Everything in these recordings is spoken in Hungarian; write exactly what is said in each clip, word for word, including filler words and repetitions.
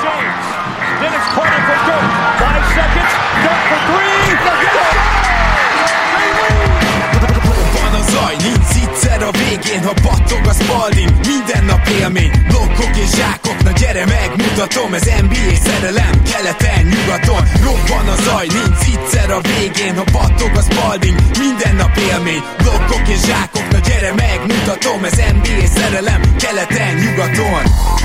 James. Dennis corner for Dirk. Five seconds. Dirk for three. Van a zaj, nincs egyszer a végén, ha battog a Spalding. Minden nap élmény, blokkok és zsákok. Na gyere megmutatom, ez en bé á szerelem. Keleten, nyugaton, robban a zaj, nincs egyszer a végén, ha battog a Spalding. Minden nap élmény, blokkok és zsákok. Na gyere megmutatom, ez en bé á szerelem. Keleten, nyugaton.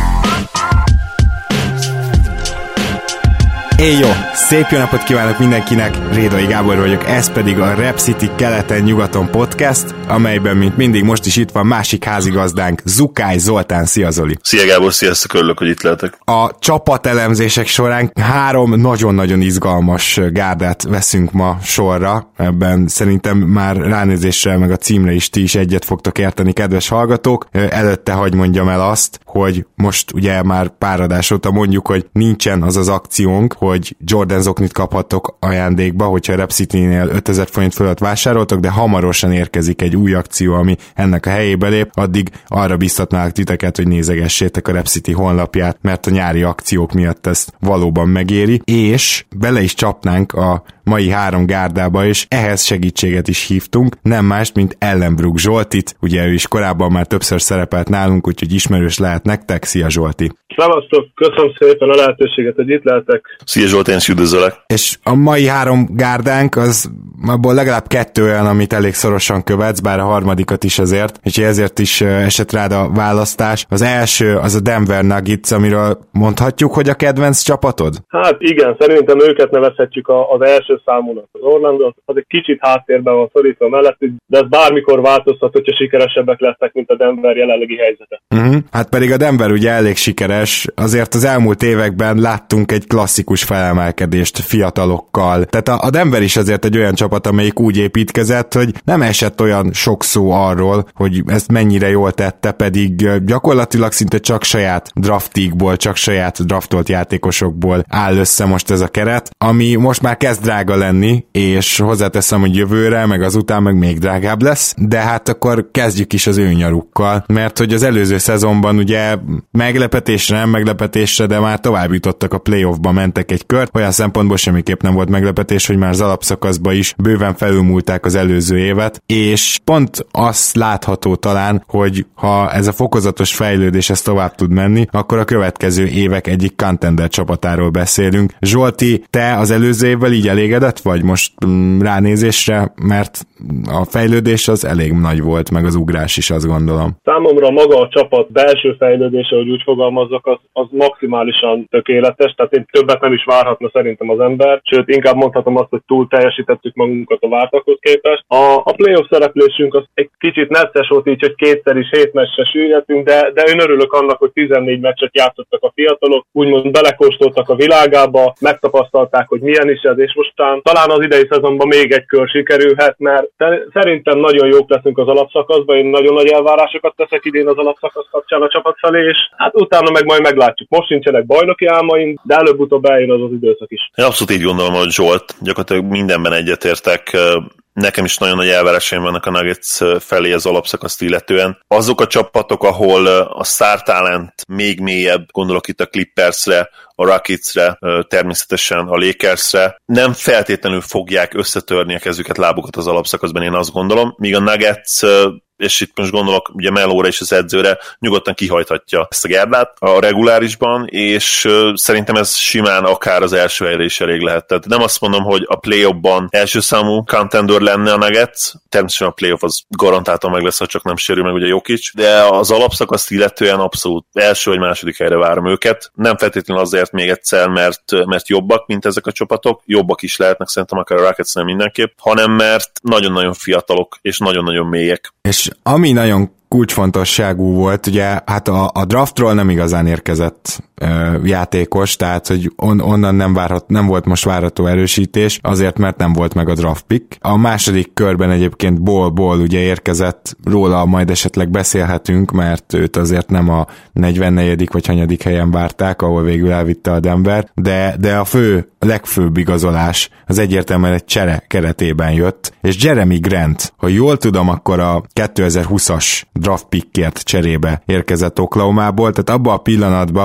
Éj jó! Szép jó napot kívánok mindenkinek, Rédai Gábor vagyok, ez pedig a Rep City keleten-nyugaton podcast, amelyben, mint mindig, most is itt van másik házigazdánk, Zukály Zoltán. Szia Zoli! Szia Gábor, sziasztok, örülök, hogy itt lehetek. A csapatelemzések során három nagyon-nagyon izgalmas gárdát veszünk ma sorra, ebben szerintem már ránézésre, meg a címre is ti is egyet fogtok érteni, kedves hallgatók. Előtte hadd mondjam el azt, hogy most ugye már pár adás óta mondjuk, hogy nincsen az az akciónk, hogy Jordan zoknit kaphattok ajándékba, hogyha a Rep City-nél ötezer forint fölött vásároltok, de hamarosan érkezik egy új akció, ami ennek a helyébe lép, addig arra biztatnálak titeket, hogy nézegessétek a Rep City honlapját, mert a nyári akciók miatt ezt valóban megéri, és bele is csapnánk a mai három gárdába, és ehhez segítséget is hívtunk, nem mást, mint Ellenbrook Zsoltit, ugye ő is korábban már többször szerepelt nálunk, úgyhogy ismerős lehet nektek. Szia Zsolti! Szevasztok, köszönöm szépen a lehetőséget, hogy itt lehetek. Szia Zsolt, én is üdvözöllek. És a mai három gárdánk, az abból legalább kettő olyan, amit elég szorosan követsz, bár a harmadikat is azért, és ezért is esett rád a választás. Az első az a Denver Nuggets, amiről mondhatjuk, hogy a kedvenc csapatod? Hát igen, szerintem őket nevezhetjük az első számúnak. Az Orlando az egy kicsit háttérben van szorítva mellettük, de ez bármikor változhat, hogyha sikeresebbek lesznek, mint a Denver jelenlegi helyzete. Uh-huh. Hát pedig a Denver ugye elég sikeres, azért az elmúlt években láttunk egy klasszikus felemelkedést fiatalokkal. Tehát a Denver is azért egy olyan csapat, amelyik úgy építkezett, hogy nem esett olyan sok szó arról, hogy ezt mennyire jól tette, pedig gyakorlatilag szinte csak saját draftikból, csak saját draftolt játékosokból áll össze most ez a keret, ami most már kezd drága lenni, és hozzáteszem, hogy jövőre, meg azután meg még drágább lesz, de hát akkor kezdjük is az ő nyarukkal, mert hogy az előző szezonban ugye meglepetésre, nem meglepetésre, de már tovább jutottak a playoffba, mentek egy kört, olyan szempontból semmiképp nem volt meglepetés, hogy már az alapszakaszba is bőven felülmúlták az előző évet, és pont azt látható talán, hogy ha ez a fokozatos fejlődés ez tovább tud menni, akkor a következő évek egyik contender csapatáról beszélünk. Zsolti, te az előző évvel így elégedett vagy most mm, ránézésre, mert a fejlődés az elég nagy volt, meg az ugrás is, azt gondolom. Számomra maga a csapat belső fejlődése, hogy úgy fogalmazzak, az, az maximálisan tökéletes, tehát én többet nem is várhatna szerintem az ember, sőt inkább mondhatom azt, hogy túl teljesítettük magunkat a vártakhoz képest. A, a playoff szereplésünk az egy kicsit necces volt így, hogy kétszer is hét meccsre süllyedtünk, de, de én örülök annak, hogy tizennégy meccset játszottak a fiatalok, úgymond belekóstoltak a világába, megtapasztalták, hogy milyen is ez, és mostán talán az idei szezonban még egy kör sikerülhet, mert szerintem nagyon jók leszünk az alapszakaszban, én nagyon nagy elvárásokat teszek idén az alapszakasz kapcsán a csapat felé, és hát utána meg majd meglátjuk. Most sincsenek bajnoki álmaim, de előbb-utóbb eljön az az időszak is. Én abszolút így gondolom, hogy Zsolt, gyakorlatilag mindenben egyetértek. Nekem is nagyon nagy elvárásaim vannak a Nuggets felé az alapszakaszt illetően. Azok a csapatok, ahol a star talent még mélyebb, gondolok itt a Clippersre, a Rocketsre, természetesen a Lakersre, nem feltétlenül fogják összetörni a kezüket, lábukat az alapszakaszban, én azt gondolom, míg a Nuggets, és itt most gondolok ugye Melóra és az edzőre, nyugodtan kihajthatja ezt a gárdát a regulárisban, és szerintem ez simán akár az első helyre is elég lehet. Tehát nem azt mondom, hogy a play-offban első számú contender lenne a Nuggets, természetesen a play-off az garantáltan meg lesz, ha csak nem sérül meg ugye Jokic, de az alapszakaszt illetően abszolút első vagy második helyre várom őket. Nem feltétlenül azért még egyszer, mert, mert jobbak, mint ezek a csapatok, jobbak is lehetnek szerintem akár a Rockets nem mindenképp, hanem mert nagyon-nagyon fiatalok és nagyon-nagyon mélyek. És ami nagyon kulcsfontosságú volt, ugye hát a, a draftról nem igazán érkezett ö, játékos, tehát hogy on, onnan nem, várhat, nem volt most várható erősítés, azért mert nem volt meg a draft pick. A második körben egyébként Ball-Ball ugye érkezett, róla majd esetleg beszélhetünk, mert őt azért nem a negyvennegyedik vagy hanyadik helyen várták, ahol végül elvitte a Denver, de, de a fő, a legfőbb igazolás az egyértelműen egy csere keretében jött, és Jeremy Grant, ha jól tudom, akkor a kétezer-húszas draft pickért cserébe érkezett Oklahomából, tehát abban a pillanatban, hogy kiderült,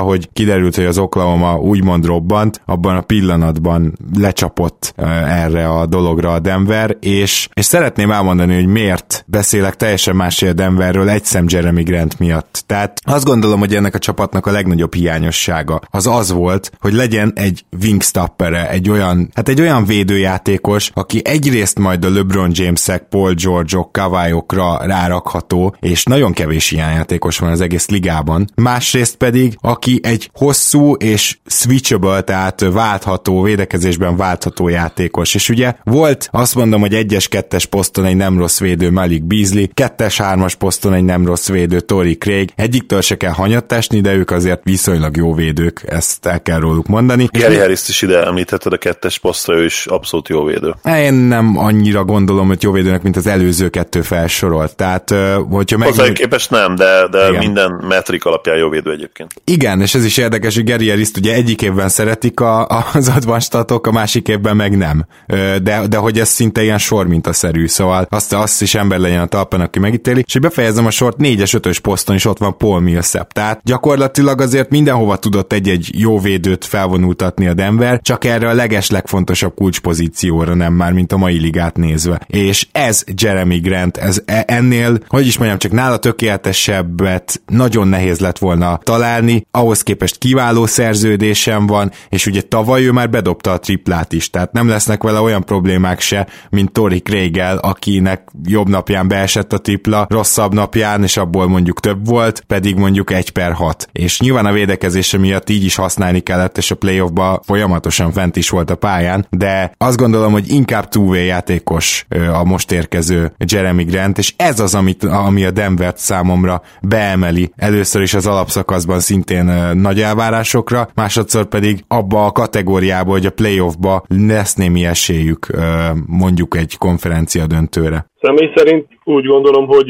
kiderült, hogy az Oklahoma úgymond robbant, abban a pillanatban lecsapott erre a dologra a Denver, és, és szeretném elmondani, hogy miért beszélek teljesen másért Denverről egy szem Jeremy Grant miatt. Tehát azt gondolom, hogy ennek a csapatnak a legnagyobb hiányossága az az volt, hogy legyen egy wingstappere, egy olyan, hát egy olyan védőjátékos, aki egyrészt majd a LeBron Jamesek, Paul George-ok, Kawhi-okra rárakható, és nagyon kevés ilyen játékos van az egész ligában. Másrészt pedig, aki egy hosszú és switchable, tehát váltható, védekezésben váltható játékos. És ugye volt, azt mondom, hogy egyes-kettes poszton egy nem rossz védő Malik Beasley, kettes-hármas poszton egy nem rossz védő Torrey Craig. Egyiktől se kell hanyatt esni, de ők azért viszonylag jó védők, ezt el kell róluk mondani. Gary Harris-t is ide említetted a kettes posztra, ő is abszolút jó védő. Én nem annyira gondolom, hogy jó védőnek, mint az előző kettő felsorolt. Tehát, hogyha meg... Hozzá képest nem, de, de minden metrik alapján jó védő egyébként. Igen, és ez is érdekes, hogy Gary Harris-t ugye egyik évben szeretik a, az advanstatok, a másik évben meg nem. De, de hogy ez szinte ilyen sor mintaszerű, szóval azt, azt is ember legyen a talpán, aki megítéli. És befejezem a sort, négyes-ötös poszton is ott van Paul Millsap. Tehát gyakorlatilag azért mindenhova tudott egy-egy jó védőt felvonultatni a Denver, csak erre a leges legfontosabb kulcspozícióra nem már, mint a mai ligát nézve. És ez Jeremy Grant, ez ennél, hogy is mondjam, csak nála tökéletesebbet nagyon nehéz lett volna találni, ahhoz képest kiváló szerződésem van, és ugye tavaly ő már bedobta a triplát is, tehát nem lesznek vele olyan problémák se, mint Torrey Craig-el, akinek jobb napján beesett a tripla, rosszabb napján, és abból mondjuk több volt, pedig mondjuk egy per hat. És nyilván a védekezése miatt így is használni kellett, és a playoffba folyamatosan fent is volt a pályán, de azt gondolom, hogy inkább two-way játékos a most érkező Jeremy Grant, és ez az, amit, ami a Denvert számomra beemeli. Először is az alapszakaszban szintén nagy elvárásokra, másodszor pedig abba a kategóriába, hogy a playoffba lesz némi esélyük mondjuk egy konferencia döntőre. Személy szerint úgy gondolom, hogy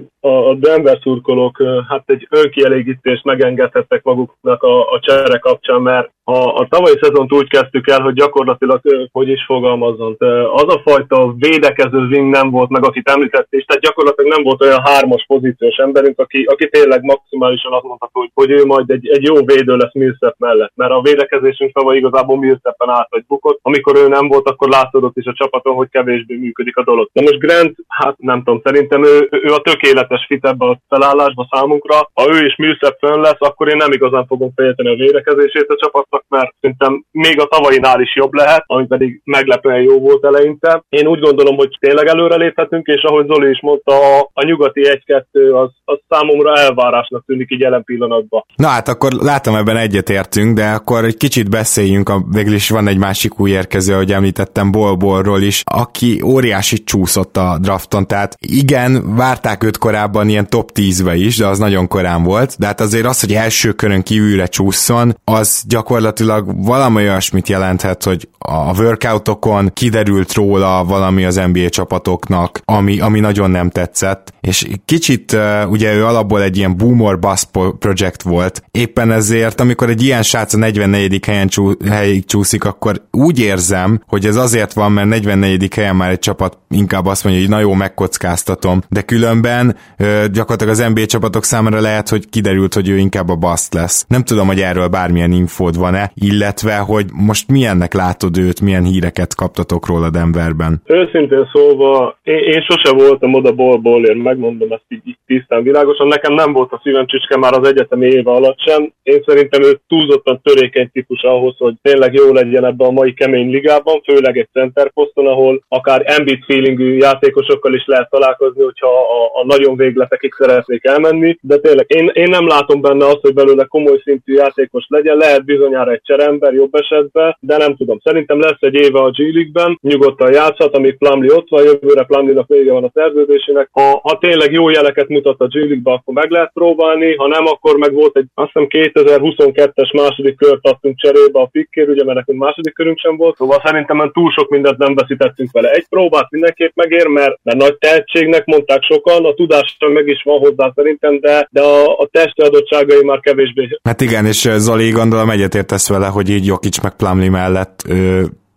a Denver szurkolók hát egy önkielégítést megengedhettek maguknak a, a csere kapcsán, mert a, a tavalyi szezont úgy kezdtük el, hogy gyakorlatilag, hogy is fogalmazzon, az a fajta védekező wing nem volt meg, akit említettél, tehát gyakorlatilag nem volt olyan hármas pozíciós emberünk, aki, aki tényleg maximálisan azt mondható, hogy, hogy ő majd egy, egy jó védő lesz Millsap mellett, mert a védekezésünk tavaly igazából Millsapen állt vagy bukott, amikor ő nem volt, akkor látszódott is a csapaton, hogy kevésbé működik a dolog. Na most Grant, hát nem tudom, szerintem ő, ő a tökéletes fit ebbe a felállásba számunkra. Ha ő is Millsap fönn lesz, akkor én nem igazán fogom fejteni a védekezését a csapatnak, mert szerintem még a tavainál is jobb lehet, ami pedig meglepően jó volt eleinte. Én úgy gondolom, hogy tényleg előre léphetünk, és ahogy Zoli is mondta, a, a nyugati egy-kettő az, az számomra elvárásnak tűnik így jelen pillanatban. Na hát akkor látom, ebben egyetértünk, de akkor egy kicsit beszéljünk, a, végül is van egy másik új érkező, ahogy említettem, Bol Bolról is, aki óriási csúszott a drafton, tehát igen, várták őt korábban ilyen top tízbe is, de az nagyon korán volt, de hát azért az, hogy első körön kívülre csúszson, az gyakorlatilag valami olyasmit jelenthet, hogy a workoutokon kiderült róla valami az en bé á csapatoknak, ami, ami nagyon nem tetszett, és kicsit uh, ugye ő alapból egy ilyen boom or bust project volt, éppen ezért, amikor egy ilyen srác a negyvennegyedik helyen csú, helyig csúszik, akkor úgy érzem, hogy ez azért van, mert negyvennegyedik helyen már egy csapat inkább azt mondja, hogy na jó, megkockáztatom, de különben ö, gyakorlatilag az en bé á csapatok számára lehet, hogy kiderült, hogy ő inkább a bust lesz. Nem tudom, hogy erről bármilyen infód van-e, illetve, hogy most milyennek látod őt, milyen híreket kaptatok róla Denverben? Őszintén szólva, én, én sose voltam oda Bol-Bolért, megmondom ezt így, így tisztán világosan, nekem nem volt a szívem csücske már az egyetemi éve alatt sem. Én szerintem ő túlzottan törékeny típus ahhoz, hogy tényleg jó legyen ebben a mai kemény ligában, főleg egy center poszton, ahol akár Embiid feelingű játékosokkal is lehet találkozni, hogyha a, a nagyon végletekig szeretnék elmenni, de tényleg én, én nem látom benne azt, hogy belőle komoly szintű játékos legyen, lehet bizonyára egy cserember jobb esetben, de nem tudom. Szerintem lesz egy éve a G League-ben, nyugodtan játszhat, amíg Plumlee ott van, jövőre Plumlee-nak vége van a szerződésének. Ha, ha tényleg jó jeleket mutat a G League-be, akkor meg lehet próbálni, ha nem, akkor meg volt egy, azt hiszem kétezer-huszonkettes második kört adtunk cserébe a pickért, ugye, mert nekünk második körünk sem volt, szóval szerintem túl sok mindent nem veszítettünk vele. Egy próbát mindenképp megér, mert, mert nagy tehetségnek mondták sokan, a tudásra meg is van hozzá szerintem, de, de a, a testi adottságai már kevésbé. Hát igen, és Zoli, gondolom egyetértesz vele, hogy így Jokic meg Plumlee mellett ő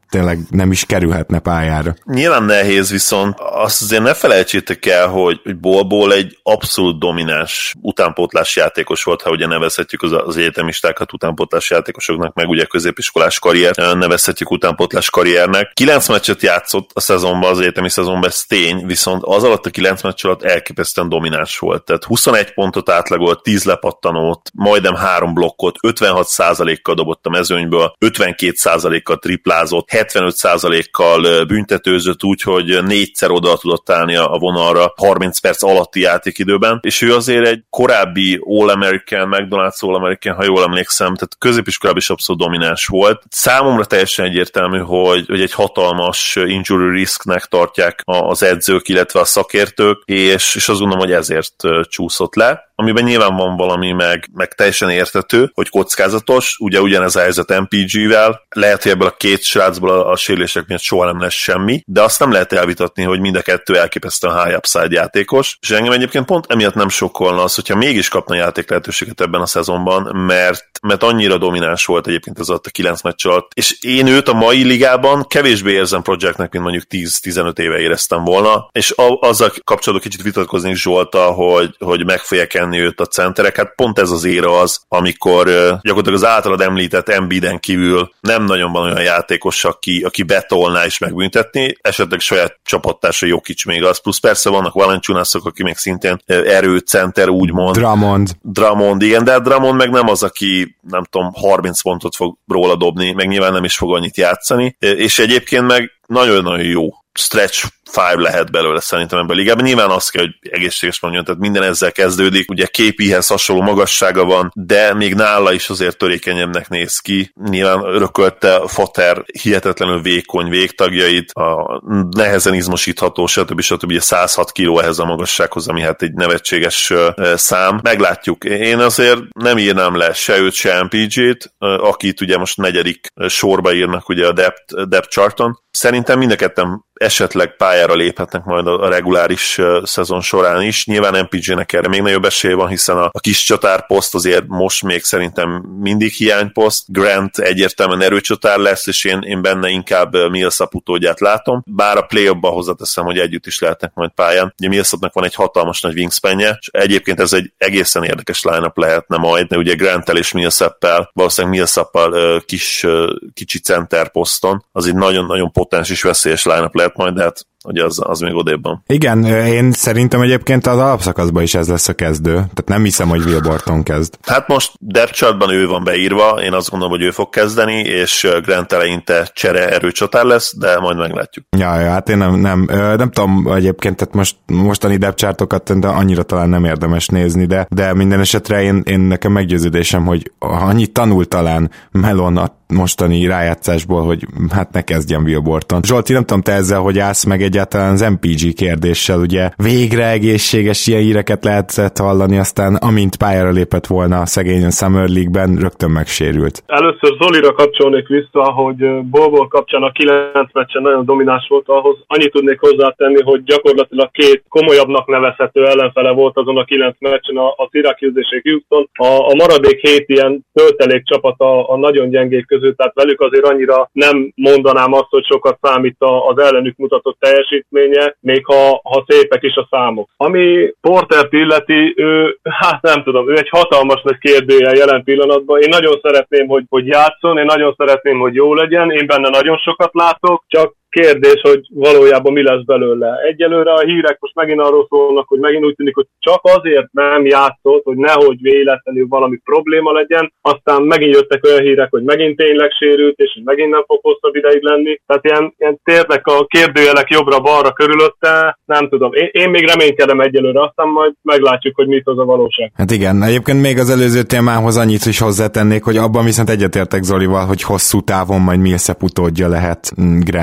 tényleg nem is kerülhetne pályára. Nyilván nehéz, viszont azt azért ne felejtsétek el, hogy, hogy Bol-Bol egy abszolút domináns utánpótlás játékos volt, ha ugye nevezhetjük az, az egyetemistákat utánpótlás játékosoknak, meg ugye középiskolás karrier nevezhetjük utánpótlás karriernek. Kilenc meccset játszott a szezonban, az egyetemi szezonban, ez tény, viszont az alatt a kilenc meccs alatt elképesztően domináns volt. Tehát huszonegy pontot átlagolt, tíz lepattanót, majdnem három blokkot, ötvenhat százalékkal dobott a mezőnyből, ötvenkét százalékkal triplázott, hetvenöt százalékkal büntetőzött úgy, hogy négyszer oda tudott állni a vonalra harminc perc alatti játékidőben, és ő azért egy korábbi All-American, McDonald's All-American, ha jól emlékszem, tehát középiskolában is abszolút domináns volt. Számomra teljesen egyértelmű, hogy, hogy egy hatalmas injury risknek tartják az edzők, illetve a szakértők, és, és azt gondolom, hogy ezért csúszott le. Amiben nyilván van valami, meg, meg teljesen értető, hogy kockázatos, ugye ugyanez a helyzet em pé gé-vel, lehet, hogy ebből a két srácból a, a sérülések miatt soha nem lesz semmi, de azt nem lehet elvitatni, hogy mind a kettő elképesztően high upside játékos, és engem egyébként pont emiatt nem sokkolna az, hogyha mégis kapna játék lehetőséget ebben a szezonban, mert, mert annyira domináns volt egyébként az alatt a kilenc meccs alatt, és én őt a mai ligában kevésbé érzem projektnek, mint mondjuk tíz-tizenöt éve éreztem volna, és a, azzal kapcsolatban kicsit vitatkozni Zsolttal, hogy, hogy meg fogják enni őt a centerek, hát pont ez az éra az, amikor uh, gyakorlatilag az általad említett Embiiden kívül nem nagyon van olyan játékos, aki, aki betolná és megbüntetni, esetleg saját csapattársa Jokic még az, plusz persze vannak Valanciunasok, aki még szintén uh, erőcenter, úgymond. Drummond. Drummond, igen, de Drummond meg nem az, aki nem tudom, harminc pontot fog róla dobni, meg nyilván nem is fog annyit játszani, és egyébként meg nagyon-nagyon jó stretch five lehet belőle szerintem ebben a ligában. Nyilván azt kell, hogy egészséges mondjon, tehát minden ezzel kezdődik. Ugye ká péhez hasonló magassága van, de még nála is azért törékenyebbnek néz ki. Nyilván örökölte Fater hihetetlenül vékony végtagjait, a nehezen izmosítható, stb. stb. száz hat kiló ehhez a magassághoz, ami hát egy nevetséges szám. Meglátjuk. Én azért nem írnám le se őt, se em pé gét, akit ugye most negyedik sorba írnak ugye a depth, depth charton. Szerintem mind a ketten esetleg pályára léphetnek majd a reguláris uh, szezon során is. Nyilván em pé gének erre még nagyobb esélye van, hiszen a, a kis csatárposzt azért most még szerintem mindig hiányposzt. Grant egyértelműen erőcsatár lesz, és én, én benne inkább uh, Millsap utódját látom. Bár a play-offban hozzáteszem, hogy együtt is lehetnek majd pályán. Ugye Millsapnak van egy hatalmas nagy wingspanje, és egyébként ez egy egészen érdekes line-up lehetne majd, de ugye Granttel és Millsappel, valószínűleg Millsappal uh, kis, uh, kicsi center poszton, az egy nagyon-nagyon potens és veszélyes line-up lehet majd, de hát ugye az, az még odébb van. Igen, én szerintem egyébként az alapszakaszban is ez lesz a kezdő, tehát nem hiszem, hogy Will Barton kezd. Hát most depth chartban ő van beírva, én azt gondolom, hogy ő fog kezdeni, és Grant eleinte csere erőcsatár lesz, de majd meglátjuk. Ja, ja, hát én nem, nem, nem tudom egyébként, tehát most, mostani depth chartokat de annyira talán nem érdemes nézni, de, de minden esetre én, én nekem meggyőződésem, hogy annyit tanul talán Melon a mostani rájátszásból, hogy hát ne kezdjen Will Barton. Zsolti, nem tudom, te ezzel, hogy állsz meg egyáltalán az em pé gé kérdéssel, ugye végre egészséges ilyen híreket lehetett hallani, aztán amint pályára lépett volna a szegény Summer League-ben, rögtön megsérült. Először Zolira kapcsolnék vissza, hogy Bol-Bol kapcsán a kilenc meccsen nagyon domináns volt, ahhoz annyit tudnék hozzátenni, hogy gyakorlatilag két komolyabbnak nevezhető ellenfele volt azon a kilenc meccsen, a, a Syracuse és a Houston. A, a maradék hét ilyen töltelék csapat a, a nagyon gyengék között, tehát velük azért annyira nem mondanám azt, hogy sokat számít az ellenük mutatott teljesítménye, még ha, ha szépek is a számok. Ami Portert illeti, ő, hát nem tudom, ő egy hatalmas nagy kérdőjel jelen pillanatban. Én nagyon szeretném, hogy, hogy játszon, én nagyon szeretném, hogy jó legyen, én benne nagyon sokat látok, csak kérdés, hogy valójában mi lesz belőle. Egyelőre a hírek most megint arról szólnak, hogy megint úgy tűnik, hogy csak azért nem játszott, hogy nehogy véletlenül valami probléma legyen, aztán megint jöttek olyan hírek, hogy megint tényleg sérült, és hogy megint nem fog hosszabb ideig lenni. Tehát ilyen, ilyen térnek a kérdőjelek jobbra-balra körülötte, nem tudom. Én, én még reménykedem egyelőre, aztán majd meglátjuk, hogy mit hoz a valóság. Hát igen, egyébként még az előző témához annyit is hozzátennék, hogy abban viszont egyetértek Zolival, hogy hosszú távon majd Millsap utódja lehet Grant.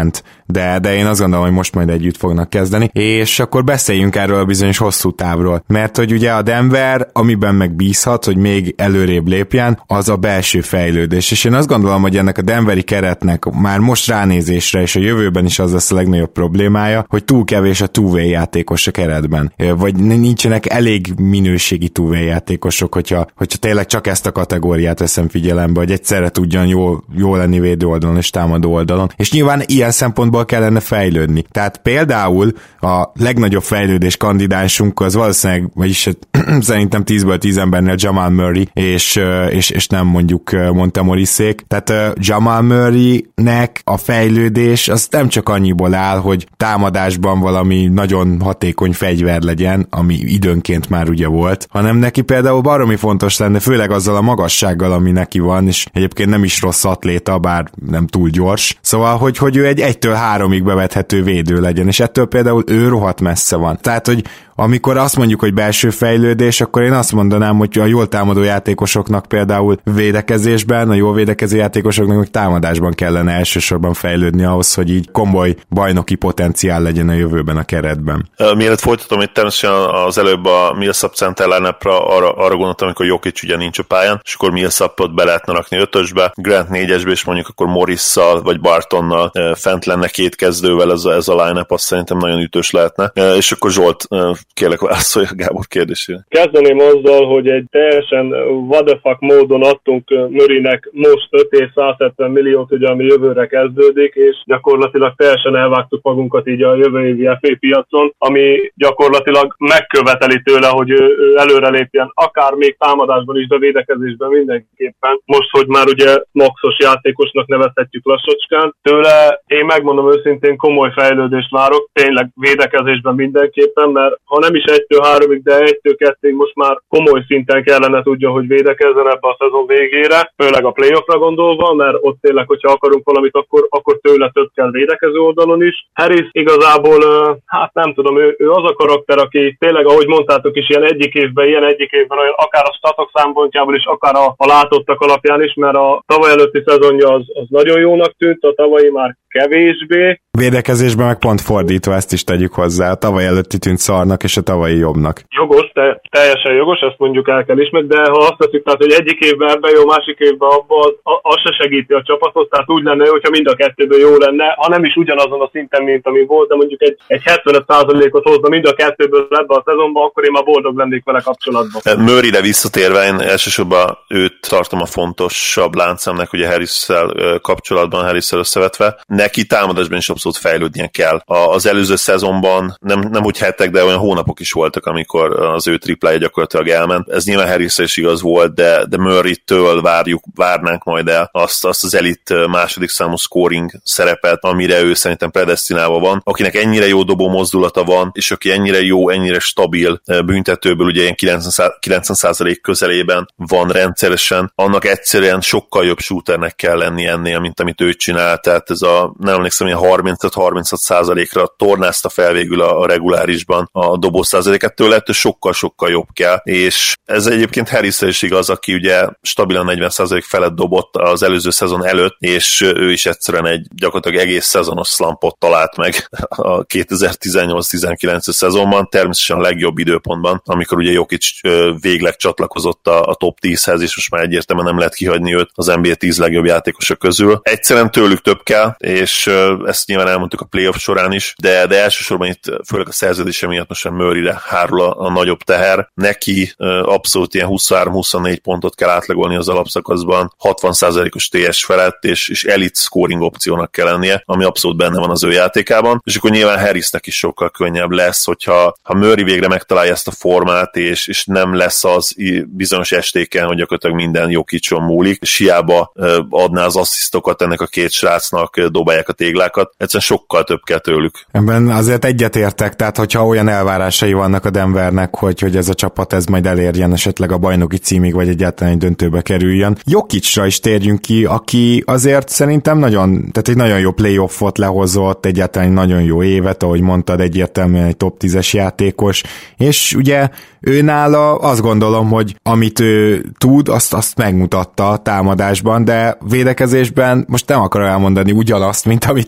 de, de én azt gondolom, hogy most majd együtt fognak kezdeni, és akkor beszéljünk erről a bizonyos hosszú távról, mert hogy ugye a Denver, amiben megbízhat, hogy még előrébb lépjen, az a belső fejlődés, és én azt gondolom, hogy ennek a denveri keretnek már most ránézésre, és a jövőben is az lesz a legnagyobb problémája, hogy túl kevés a two-way játékos a keretben, vagy nincsenek elég minőségi two-way játékosok, hogyha, hogyha tényleg csak ezt a kategóriát veszem figyelembe, hogy egyszerre tudjon jó, jó lenni védő oldalon és támadó oldalon. És nyilván ilyen szempontból kellene fejlődni. Tehát például a legnagyobb fejlődés kandidánsunk az valószínűleg, vagyis szerintem tízből tíz embernél Jamal Murray, és, és, és nem mondjuk Montemoriszék. Tehát Jamal Murraynek a fejlődés az nem csak annyiból áll, hogy támadásban valami nagyon hatékony fegyver legyen, ami időnként már ugye volt, hanem neki például baromi fontos lenne, főleg azzal a magassággal, ami neki van, és egyébként nem is rossz atléta, bár nem túl gyors. Szóval, hogy, hogy ő egy egytől háromig bevethető védő legyen, és ettől például ő rohadt messze van. Tehát, hogy amikor azt mondjuk, hogy belső fejlődés, akkor én azt mondanám, hogy a jól támadó játékosoknak például védekezésben, a jól védekező játékosoknak meg támadásban kellene elsősorban fejlődni ahhoz, hogy így komoly bajnoki potenciál legyen a jövőben a keretben. Mielőtt folytatom, itt természetesen az előbb a Millsap center line-upra arra, arra gondoltam, amikor Jokic ugye nincs a pályán, és akkor Millsapot be lehetne rakni ötösbe, Grant négyesbe, és mondjuk akkor Morrisszal vagy Bartonnal fent lenne két kezdővel ez a, ez a line-up, azt szerintem nagyon ütős lehetne. És akkor Zsolt, kérlek válaszolja Gábor kérdésére. Kezdeném azzal, hogy egy teljesen what the fuck módon adtunk Murraynek most öt év százhetven milliót, ugye, ami jövőre kezdődik, és gyakorlatilag teljesen elvágtuk magunkat így a jövő évi ef á piacon, ami gyakorlatilag megköveteli tőle, hogy ő, ő előrelépjen, akár még támadásban is, de védekezésben mindenképpen. Most, hogy már ugye maxos játékosnak nevezhetjük lassacskán, tőle én megmondom őszintén komoly fejlődést várok, tényleg védekezésben mindenképpen, mert ha nem is egytől háromig, de egytől kettőig most már komoly szinten kellene tudja, hogy védekezzen ebbe a szezon végére, főleg a playoffra gondolva, mert ott tényleg, hogyha akarunk valamit, akkor, akkor tőle több kell védekező oldalon is. Harris igazából, hát nem tudom, ő, ő az a karakter, aki tényleg, ahogy mondtátok is, ilyen egyik évben, ilyen egyik évben olyan, akár a statok szempontjából is, akár a, a látottak alapján is, mert a tavaly előtti szezonja az, az nagyon jónak tűnt, a tavalyi már kevésbé. Védekezésben meg pont fordítva, ezt is tegyük hozzá. A tavaly előtti tűnt szarnak, és a tavalyi jobbnak. Jogos, te, teljesen jogos, ezt mondjuk el kell ismerni, de ha azt teszük, tehát, hogy egyik évben ebben jó, másik évben abban, az, az se segíti a csapatot, tehát úgy lenne, hogyha mind a kettőből jó lenne, ha nem is ugyanazon a szinten, mint ami volt, de mondjuk egy, egy hetvenöt százalékot hozna mind a kettőből ebbe a szezonban, akkor én már boldog lennék vele kapcsolatban. Murrayre visszatérve, én elsősorban őt tartom a fontosabb láncemnek, ugye Harris-szel kapcsolatban, Harris-szel összevetve. Neki támadásban is abszolút fejlődnie kell. Az előző szezonban nem, nem úgy hetek, de olyan hónapok is voltak, amikor az ő triplája gyakorlatilag elment. Ez nyilván Harrisre is igaz volt, de, de Murray-től várjuk, várnánk majd el azt, azt az elit második számú scoring szerepet, amire ő szerintem predesztinálva van. Akinek ennyire jó dobó mozdulata van, és aki ennyire jó, ennyire stabil büntetőből, ugye ilyen kilencven százalék közelében van rendszeresen, annak egyszerűen sokkal jobb shooternek kell lenni ennél, mint amit ő csinál. Tehát ez a, nem emlékszem, ilyen harmincöt-harminchat százalékra tornázta fel végül a, a regulárisban a dobó százaléket, tőle ettől sokkal-sokkal jobb kell, és ez egyébként Harrisre is igaz, aki ugye stabilan negyven százalék felett dobott az előző szezon előtt, és ő is egyszerűen egy gyakorlatilag egész szezonos slumpot talált meg a kétezer-tizennyolc-tizenkilences szezonban, természetesen a legjobb időpontban, amikor ugye Jokic végleg csatlakozott a, a top tízhez, és most már egyértelműen nem lehet kihagyni őt az en bé á tíz legjobb játékosok közül. Egyszerűen tőlük több kell, és ezt nyilván elmondtuk a playoff során is, de, de elsősorban itt főleg a szerződése miatt most Murrayre hárul a, a nagyobb teher. Neki abszolút ilyen huszonhárom-huszonnégy pontot kell átlagolni az alapszakaszban, hatvan százalékos té es felett, és, és elite scoring opciónak kell lennie, ami abszolút benne van az ő játékában. És akkor nyilván Harrisnek is sokkal könnyebb lesz, hogyha ha Murray végre megtalálja ezt a formát, és, és nem lesz az bizonyos estéken, hogy gyakorlatilag minden Jokicson múlik, és hiába adná az asszisztokat ennek a két srácnak, dobálják a téglákat, egyszerűen sokkal több kell tőlük. Ebben azért egyetértek, tehát hogyha olyan elvárásai vannak a Denvernek, hogy, hogy ez a csapat ez majd elérjen esetleg a bajnoki címig, vagy egyáltalán egy döntőbe kerüljön. Jokicra is térjünk ki, aki azért szerintem nagyon, tehát egy nagyon jó playoffot lehozott, egyáltalán egy nagyon jó évet, ahogy mondtad, egyértelműen egy top tízes játékos, és ugye ő nála azt gondolom, hogy amit ő tud, azt, azt megmutatta a támadásban, de védekezésben most nem akarom elmondani ugyanazt, mint amit tavaly is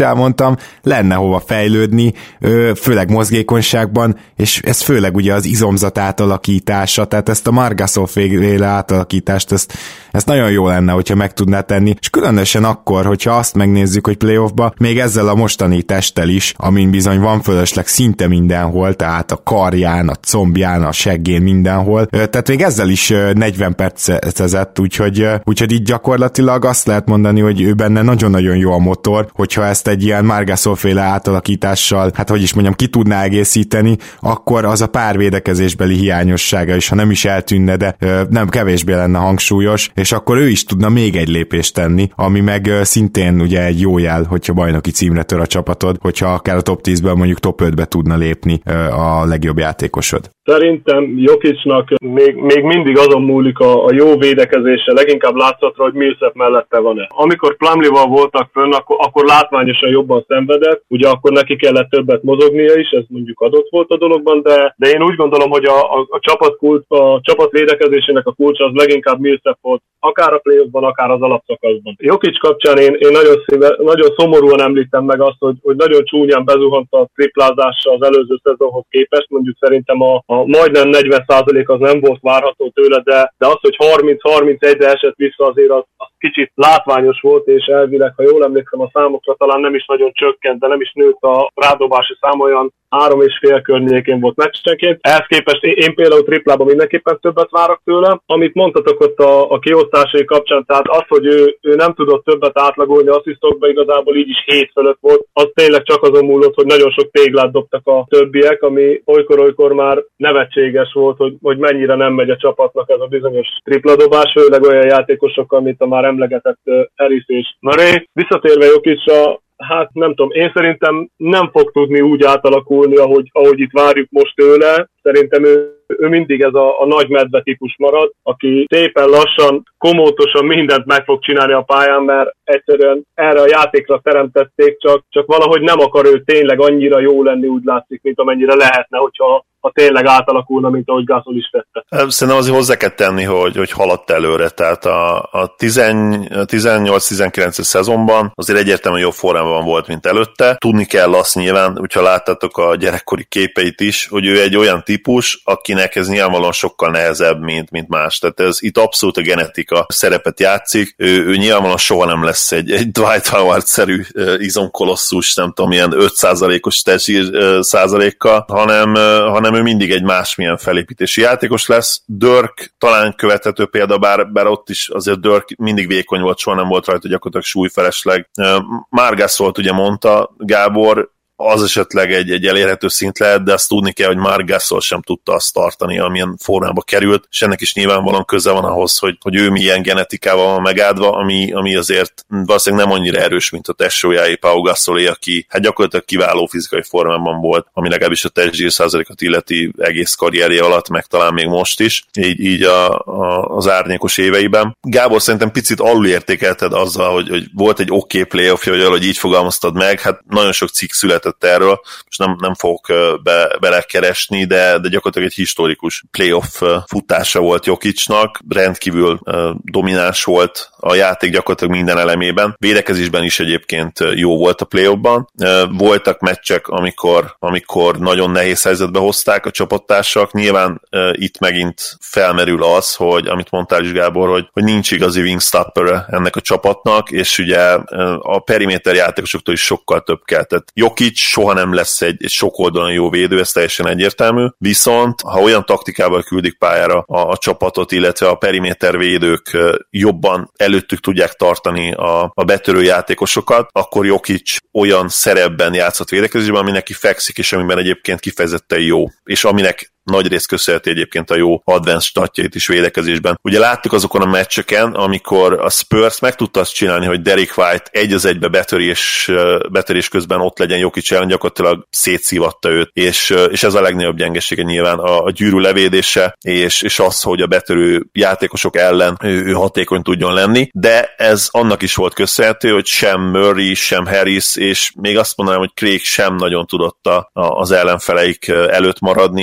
elmondtam, lenne hova fejlődni, főleg mozgékonyságban, és ez főleg ugye az izomzat átalakítása, tehát ezt a Marc Gasol féle átalakítást, ezt, ezt nagyon jó lenne, hogyha meg tudná tenni, és különösen akkor, hogyha azt megnézzük, hogy playoffba, még ezzel a mostani testtel is, amin bizony van fölösleg szinte mindenhol, tehát a karján, a combján, a seggén, mindenhol, tehát még ezzel is negyven percezett, úgyhogy, úgyhogy így gyakorlatilag azt lehet mondani, hogy ő benne nagyon-nagyon jó a motor, hogyha ezt egy ilyen Marc Gasol féle átalakítással, hát hogy is mondjam, ki tudná egészíteni, akkor az a pár védekezésbeli hiányossága is, ha nem is eltűnne, de nem kevésbé lenne hangsúlyos, és akkor ő is tudna még egy lépést tenni, ami meg szintén ugye egy jó jel, hogyha bajnoki címre tör a csapatod, hogyha akár a top tízből mondjuk top ötbe tudna lépni a legjobb játékosod. Szerintem Jokicnak még, még mindig azon múlik a, a jó védekezése, leginkább látszatra, hogy Millsap mellette van-e. Amikor Plumlee-val voltak fönn, akkor, akkor látványosan jobban szenvedett, ugye akkor neki kellett többet mozognia is, ez mondjuk adott volt a dologban, de, de én úgy gondolom, hogy a, a, a, csapatkult, a csapat védekezésének a kulcsa az leginkább Millsap volt, akár a playoffban, akár az alapszakaszban. Jokic kapcsán én, én nagyon, szíve, nagyon szomorúan említem meg azt, hogy, hogy nagyon csúnyán bezuhant a triplázással az előző szezonhoz képest, mondjuk szerintem a, a majdnem negyven százalék az nem volt várható tőle, de, de az, hogy harminc-harmincegyre esett vissza, azért az, az kicsit látványos volt, és elvileg, ha jól emlékszem a számokra, talán nem is nagyon csökkent, de nem is nőtt a rádobási szám, olyan három és fél környékén volt meccsenként. Ehhez képest én, én például triplában mindenképpen többet várok tőle. Amit mondtatok ott a, a kiosztásai kapcsán, tehát az, hogy ő, ő nem tudott többet átlagolni asszisztokba, igazából így is hét fölött volt, az tényleg csak azon múlott, hogy nagyon sok téglát dobtak a többiek, ami olykor-olykor már nevetséges volt, hogy, hogy mennyire nem megy a csapatnak ez a bizonyos tripladobás, főleg olyan játékosokkal, mint a már emlegetett Harris és Murray. Visszatérve Jokicra, hát nem tudom, én szerintem nem fog tudni úgy átalakulni, ahogy, ahogy itt várjuk most tőle. Szerintem ő, ő mindig ez a, a nagy medve típus marad, aki szépen lassan, komótosan mindent meg fog csinálni a pályán, mert egyszerűen erre a játékra teremtették, csak, csak valahogy nem akar ő tényleg annyira jó lenni, úgy látszik, mint amennyire lehetne, hogyha ha tényleg átalakulna, mint ahogy Gasol is tette. Szerintem azért hozzá kell tenni, hogy, hogy haladt előre, tehát a, a tizennyolc-tizenkilences szezonban azért egyértelműen jobb formában volt, mint előtte. Tudni kell azt nyilván, hogyha láttátok a gyerekkori képeit is, hogy ő egy olyan típus, akinek ez nyilvánvalóan sokkal nehezebb, mint, mint más. Tehát ez itt abszolút a genetika szerepet játszik. Ő, ő nyilvánvalóan soha nem lesz egy, egy Dwight Howard-szerű izomkolosszus, nem tudom, ilyen öt százalékos testsír százalékkal, hanem, hanem ő mindig egy másmilyen felépítési játékos lesz. Dirk talán követhető példa, bár, bár ott is azért Dirk mindig vékony volt, soha nem volt rajta gyakorlatilag súlyfelesleg. Marc Gasolt ugye mondta Gábor, az esetleg egy, egy elérhető szint lehet, de azt tudni kell, hogy Marc Gasol sem tudta azt tartani, amilyen formába került, és ennek is nyilvánvalóan köze van ahhoz, hogy, hogy ő milyen genetikával van megáldva, ami, ami azért valószínűleg nem annyira erős, mint a testsúlyái Pau Gasolé, aki hát gyakorlatilag kiváló fizikai formában volt, ami legalábbis a testzsír százalékot illeti egész karrierje alatt, meg talán még most is, így, így a, a, az árnyékos éveiben. Gábor, szerintem picit alulértékelted azzal, hogy, hogy volt egy oké okay playoffja, vagy valahogy így fogalmaztad meg, hát nagyon sok cikk született erről, és nem, nem fogok be, belekeresni, de, de gyakorlatilag egy historikus playoff futása volt Jokicnak, rendkívül domináns volt a játék gyakorlatilag minden elemében. Védekezésben is egyébként jó volt a playoffban. Voltak meccsek, amikor, amikor nagyon nehéz helyzetbe hozták a csapattársak. Nyilván itt megint felmerül az, hogy amit mondtál is, Gábor, hogy, hogy nincs igazi wingstopper ennek a csapatnak, és ugye a periméter játékosoktól is sokkal több kell. Tehát Jokic soha nem lesz egy, egy sok oldalon jó védő, ez teljesen egyértelmű, viszont ha olyan taktikával küldik pályára a, a csapatot, illetve a periméter védők jobban előttük tudják tartani a, a betörő játékosokat, akkor Jokic olyan szerepben játszott védekezésben, ami neki fekszik, és amiben egyébként kifejezetten jó, és aminek nagy rész köszönheti egyébként a jó advanced statjait is védekezésben. Ugye láttuk azokon a meccseken, amikor a Spurs meg tudta azt csinálni, hogy Derrick White egy az egybe betörés, betörés közben ott legyen Jokic ellen, gyakorlatilag szétszívatta őt, és, és ez a legnagyobb gyengesége nyilván a, a gyűrű levédése, és, és az, hogy a betörő játékosok ellen ő, ő hatékony tudjon lenni, de ez annak is volt köszönhető, hogy sem Murray, sem Harris, és még azt mondanám, hogy Craig sem nagyon tudott a, az ellenfeleik előtt maradni, és ez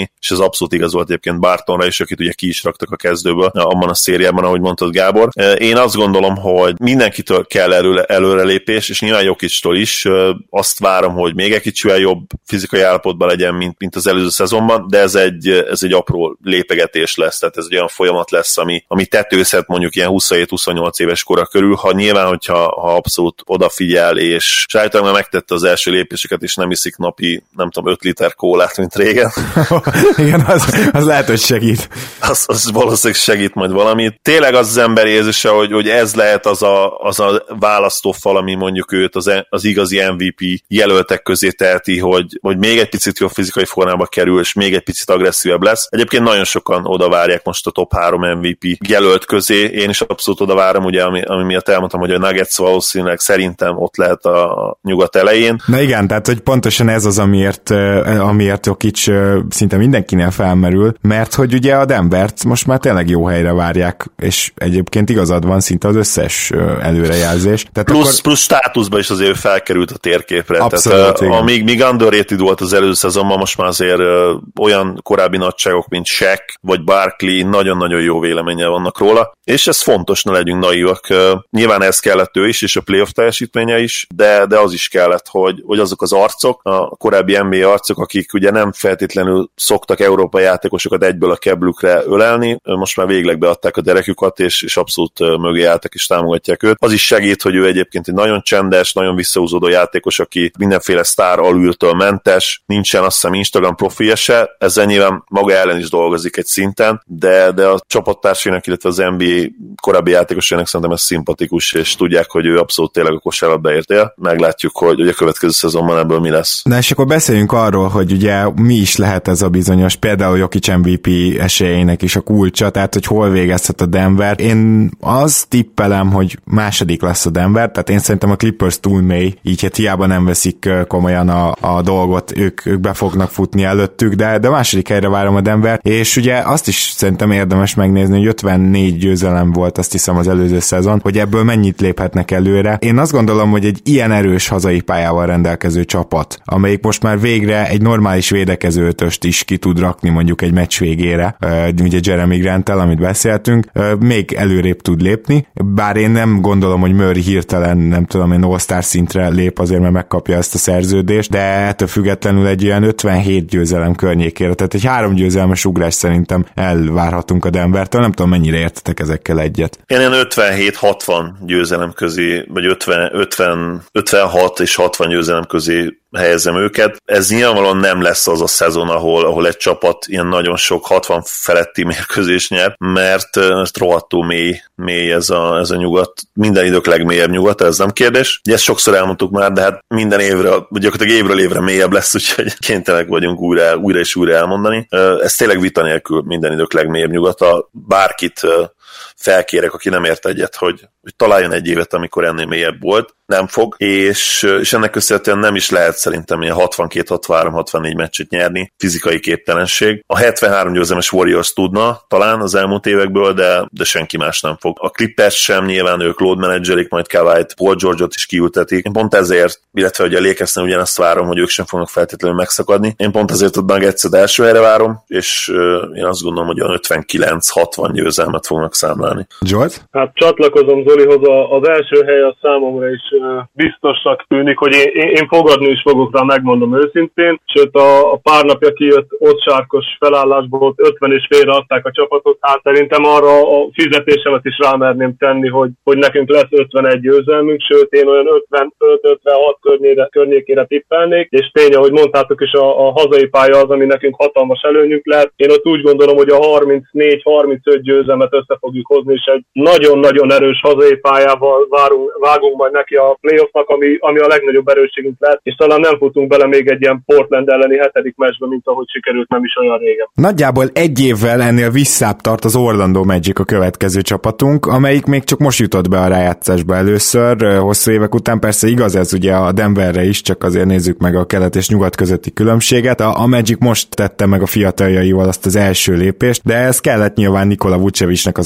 abszolút igaz volt egyébként Bartonra is, akit ugye ki is raktak a kezdőből abban a szériában, ahogy mondtad Gábor. Én azt gondolom, hogy mindenkitől kell előre, előrelépés, és nyilván Jokictól is azt várom, hogy még egy kicsivel jobb fizikai állapotban legyen, mint, mint az előző szezonban, de ez egy, ez egy apró lépegetés lesz, tehát ez egy olyan folyamat lesz, ami, ami tetőzhet mondjuk ilyen huszonhét-huszonnyolc éves kora körül, ha nyilván, hogyha ha abszolút odafigyel, és sajtólag már megtette az első lépéseket, és nem iszik napi, nem tudom, öt liter kólát, mint régen. Igen, az, az lehet, hogy segít. Az, az valószínűleg segít majd valamit. Tényleg az az ember érzése, hogy, hogy ez lehet az a, az a választófal, ami mondjuk őt az, az igazi em vé pé jelöltek közé teheti, hogy, hogy még egy picit jobb fizikai formába kerül, és még egy picit agresszívebb lesz. Egyébként nagyon sokan oda várják most a top három em vé pé jelölt közé. Én is abszolút oda várom, ugye, ami, ami miatt elmondtam, hogy a Nuggets valószínűleg szerintem ott lehet a nyugat elején. Na igen, tehát hogy pontosan ez az, amiért, amiért Jokic szinte mindenkinél felmerül, mert hogy ugye a Denvert most már tényleg jó helyre várják, és egyébként igazad van szinte az összes előrejelzés. Tehát plusz, akkor... plusz státuszban is azért felkerült a térképre. Abszolút, tehát, amíg míg underrated volt az előző szezonban, most már azért ö, olyan korábbi nagyságok, mint Shaq vagy Barkley nagyon-nagyon jó véleménnyel vannak róla, és ez fontos, ne legyünk naívak. Nyilván ez kellett ő is, és a playoff teljesítménye is, de, de az is kellett, hogy, hogy azok az arcok, a korábbi en bé á arcok, akik ugye nem feltétlenül szoktak európai játékosokat egyből a keblükre ölelni, most már végleg beadták a dereküket, és, és abszolút mögé álltak, és támogatják őt. Az is segít, hogy ő egyébként egy nagyon csendes, nagyon visszahúzódó játékos, aki mindenféle sztár alultől mentes, nincsen azt hiszem Instagram profilja se, ezzel nyilván maga ellen is dolgozik egy szinten, de, de a csapattársainak, illetve az en bé á korábbi játékosainak szerintem ez szimpatikus, és tudják, hogy ő abszolút tényleg a kosárlabdáért él. Meglátjuk, hogy, hogy a következő szezonban ebből mi lesz. Na és akkor beszéljünk arról, hogy ugye mi is lehet ez a bizonyos, például Jokic em vé pé esélyeinek is a kulcsa, tehát hogy hol végezhet a Denver. Én azt tippelem, hogy második lesz a Denver, tehát én szerintem a Clippers túl mély, így hát hiába nem veszik komolyan a, a dolgot, ők, ők be fognak futni előttük, de, de második helyre várom a Denver, és ugye azt is szerintem érdemes megnézni, hogy ötvennégy győzelem volt, azt hiszem az előző szezon, hogy ebből mennyit léphetnek előre. Én azt gondolom, hogy egy ilyen erős hazai pályával rendelkező csapat, amelyik most már végre egy normális védekező ötöst is ki tud rakni mondjuk egy meccs végére, ugye Jeremy Grant-tel, amit beszéltünk, még előrébb tud lépni, bár én nem gondolom, hogy Murray hirtelen, nem tudom én, All-Star szintre lép azért, mert megkapja ezt a szerződést, de ettől függetlenül egy olyan ötvenhét győzelem környékére, tehát egy három győzelmes ugrás szerintem elvárhatunk a Denvertől, nem tudom, mennyire értetek ezekkel egyet. Én ilyen ötvenhét-hatvan győzelem közé, vagy ötven, ötven, ötvenhat és hatvan győzelem közé helyezem őket. Ez nyilvánvalóan nem lesz az a szezon, ahol, ahol egy csapat ilyen nagyon sok hatvan feletti mérkőzés nyer, mert ezt rohadtul mély, mély ez a, ez a nyugat. Minden idők legmélyebb nyugat, ez nem kérdés. Ugye ezt sokszor elmondtuk már, de hát minden évre, vagy gyakorlatilag évről évre mélyebb lesz, úgyhogy kénytelenek vagyunk újra, újra és újra elmondani. Ez tényleg vita nélkül minden idők legmélyebb nyugata. Bárkit felkérek, aki nem ért egyet, hogy, hogy találjon egy évet, amikor ennél mélyebb volt, nem fog, és, és ennek köszönhetően nem is lehet szerintem ilyen hatvankét hatvanhárom hatvannégy meccset nyerni, fizikai képtelenség. A hetvenhárom győzelmes Warriors tudna talán az elmúlt évekből, de, de senki más nem fog. A Clippers sem, nyilván ők load managerik, majd Kawhi-t, Paul George-ot is kiültetik. Én pont ezért, illetve hogy a Lakersnél ugyanezt várom, hogy ők sem fognak feltétlenül megszakadni. Én pont ezért a Nuggets-et első helyre várom, és uh, én azt gondolom, hogy olyan ötvenkilenc hatvan győzelmet fognak számlálni. George? Hát csatlakozom Zolihoz, az első hely a számomra is biztosnak tűnik, hogy én, én fogadni is fogok rá, megmondom őszintén, sőt a, a pár napja kijött ott sárkos felállásból, ott ötven és félre adták a csapatot, hát szerintem arra a fizetésemet is rámerném tenni, hogy, hogy nekünk lesz ötvenegy győzelmünk, sőt én olyan ötvenöt ötvenhat környékére, környékére tippelnék, és tény, ahogy mondtátok is, a, a hazai pálya az, ami nekünk hatalmas előnyünk lehet. Én ott úgy gondolom, hogy a harmincnégy harmincöt győzelmet össze fogjuk hozni, és egy nagyon-nagyon erős hazai pályával várunk, vágunk majd neki a playoffnak, ami, ami a legnagyobb erősségünk lehet, és talán nem futunk bele még egy ilyen Portland elleni hetedik meccsbe, mint ahogy sikerült nem is olyan régen. Nagyjából egy évvel ennél visszább tart az Orlando Magic a következő csapatunk, amelyik még csak most jutott be a rájátszásba először, hosszú évek után. Persze igaz ez ugye a Denverre is, csak azért nézzük meg a kelet és nyugat közötti különbséget. A, a Magic most tette meg a fiataljaival azt az első lépést, de ez kellett nyilván Nikola Vucevicnek az All-Star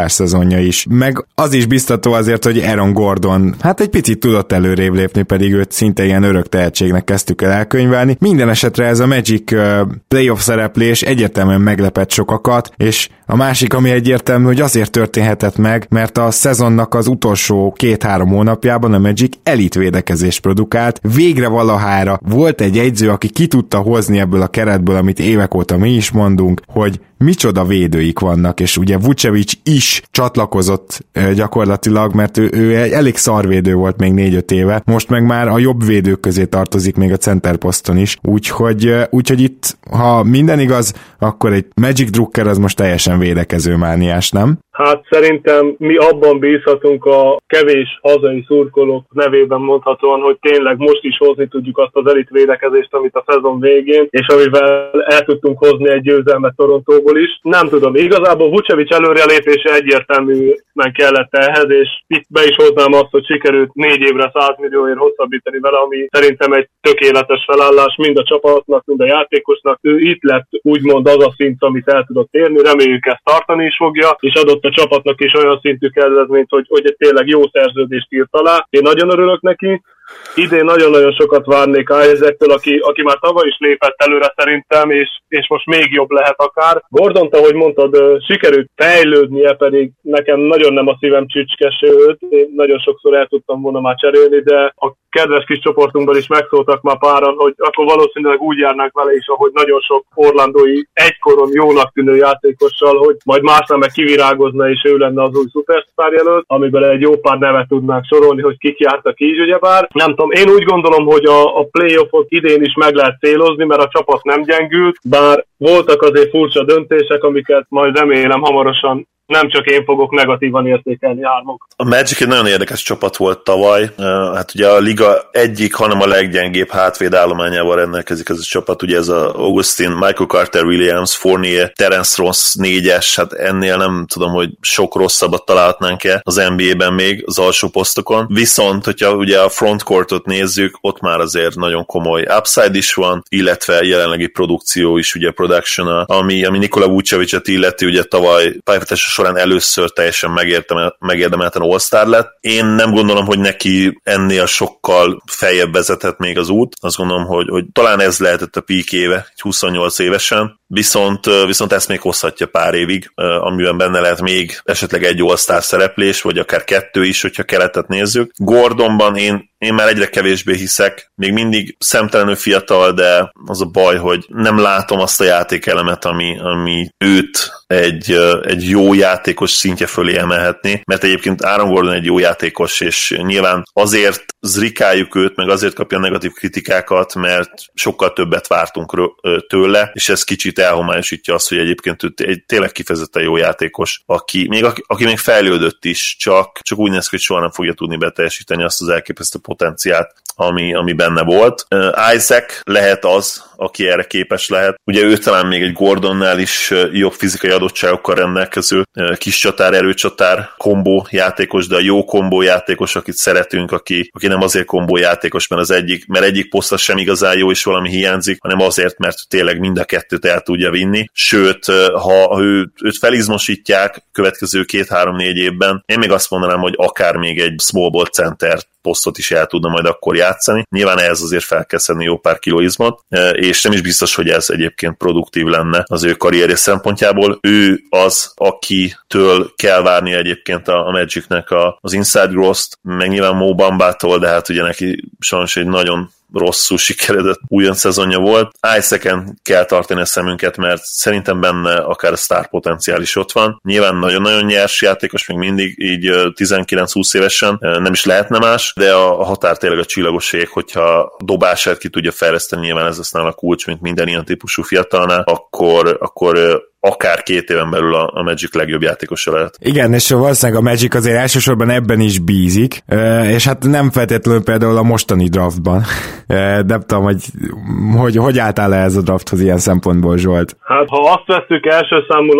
regulár szezonja is. Meg az is biztató azért, hogy Aaron Gordon hát egy picit tudott előrébb lépni, pedig őt szinte ilyen örök tehetségnek kezdtük el elkönyvelni. Minden esetre ez a Magic uh, playoff szereplés egyértelműen meglepett sokakat, és a másik, ami egyértelmű, hogy azért történhetett meg, mert a szezonnak az utolsó két-három hónapjában a Magic elit védekezést produkált. Végre valahára volt egy edző, aki ki tudta hozni ebből a keretből, amit évek óta mi is mondunk, hogy micsoda védőik vannak, és ugye Vucevic is csatlakozott gyakorlatilag, mert ő, ő egy elég szarvédő volt még négy-öt éve, most meg már a jobb védők közé tartozik még a center poszton is, úgyhogy, úgyhogy itt, ha minden igaz, akkor egy Magic Drucker az most teljesen védekező mániás, nem? Hát szerintem mi abban bízhatunk a kevés hazai szurkolók nevében mondhatóan, hogy tényleg most is hozni tudjuk azt az elit védekezést, amit a szezon végén, és amivel el tudtunk hozni egy győzelmet Torontóból is. Nem tudom, igazából Vucevic előrelépése egyértelműen kellett ehhez, és itt be is hoznám azt, hogy sikerült négy évre száz millióért hosszabbítani vele, ami szerintem egy tökéletes felállás mind a csapatnak, mind a játékosnak. Ő itt lett úgymond az a szint, amit el tudott érni, reméljük ezt tartani is fogja, és adott a csapatnak is olyan szintű kedvezményt, hogy, hogy egy tényleg jó szerződést írt alá. Én nagyon örülök neki. Idén nagyon-nagyon sokat várnék Isaac-től, aki, aki már tavaly is lépett előre szerintem, és, és most még jobb lehet akár. Gordont, ahogy mondtad, sikerült fejlődnie, pedig nekem nagyon nem a szívem csücskes őt, én nagyon sokszor el tudtam volna már cserélni, de a kedves kis csoportunkban is megszóltak már páran, hogy akkor valószínűleg úgy járnánk vele is, ahogy nagyon sok orlandói egykoron jónak tűnő játékossal, hogy majd másnál meg kivirágozna, és ő lenne az új szupersztár jelölt, amiben egy jó pár nevet tudnánk sorolni, hogy kik jártak így, ugyebár. Nem tudom, én úgy gondolom, hogy a, a playoffot idén is meg lehet célozni, mert a csapat nem gyengült, bár voltak azért furcsa döntések, amiket majd remélem hamarosan nem csak én fogok negatívan értékelni hármok. A Magic egy nagyon érdekes csapat volt tavaly. Hát ugye a liga egyik, hanem a leggyengébb hátvéd állományával rendelkezik ez a csapat. Ugye ez a Augustin, Michael Carter Williams, Fournier, Terence Ross négyes, hát ennél nem tudom, hogy sok rosszabbat találhatnánk-e az en bé á-ben még az alsó posztokon. Viszont, hogyha ugye a frontcourtot nézzük, ott már azért nagyon komoly upside is van, illetve jelenlegi produkció is, ugye production, ami, ami Nikola Vucevicet illeti, ugye tavaly pályafutása során először teljesen megérdemelten All-Star lett. Én nem gondolom, hogy neki ennél sokkal feljebb vezetett még az út. Azt gondolom, hogy, hogy talán ez lehetett a peak éve, huszonnyolc évesen, viszont, viszont ezt még hozhatja pár évig, amiben benne lehet még esetleg egy All-Star szereplés, vagy akár kettő is, hogyha keletet nézzük. Gordonban én Én már egyre kevésbé hiszek, még mindig szemtelenül fiatal, de az a baj, hogy nem látom azt a játékelemet, ami, ami őt egy, egy jó játékos szintje fölé emelhetné, mert egyébként Aaron Gordon egy jó játékos, és nyilván azért zrikáljuk őt, meg azért kapja negatív kritikákat, mert sokkal többet vártunk tőle, és ez kicsit elhomályosítja azt, hogy egyébként ő egy tényleg kifejezetten jó játékos, aki még, aki, aki még fejlődött is, csak, csak úgy néz ki, hogy soha nem fogja tudni beteljesíteni azt az elképesztő potenciált, ami, ami benne volt. Uh, Isaac lehet az, aki erre képes lehet. Ugye ő talán még egy Gordonnál is jobb fizikai adottságokkal rendelkező uh, kis csatár, erőcsatár kombó játékos, de a jó kombó játékos, akit szeretünk, aki, aki nem azért kombó játékos, mert az egyik, mert egyik posztra sem igazán jó, és valami hiányzik, hanem azért, mert tényleg mind a kettőt el tudja vinni. Sőt, ha ő, őt felizmosítják következő két-három-négy évben, én még azt mondanám, hogy akár még egy small ball center posztot is el tudna majd akkor játszani. Nyilván ehhez azért fel kell szedni jó pár kiló izmot, és nem is biztos, hogy ez egyébként produktív lenne az ő karrierje szempontjából. Ő az, akitől kell várni egyébként a Magicnek az inside growth-t, meg nyilván Mo Bambától, de hát ugye neki sajnos egy nagyon rosszul sikeredett újonc szezonja volt. Isaac-en kell tartani a szemünket, mert szerintem benne akár a sztár potenciál is ott van. Nyilván nagyon-nagyon nyers játékos, még mindig így tizenkilenc-húsz évesen nem is lehetne más, de a határ tényleg a csillagosség, hogyha dobását ki tudja fejleszteni, nyilván ez aztán a kulcs, mint minden ilyen típusú fiatalnál, akkor, akkor akár két éven belül a, a Magic legjobb játékosa lehet. Igen, és valószínűleg a Magic azért elsősorban ebben is bízik, és hát nem feltétlenül például a mostani draftban. De nem tudom, hogy hogy, hogy álltál le ez a drafthoz ilyen szempontból, Zsolt? Hát ha azt vesszük első számulag,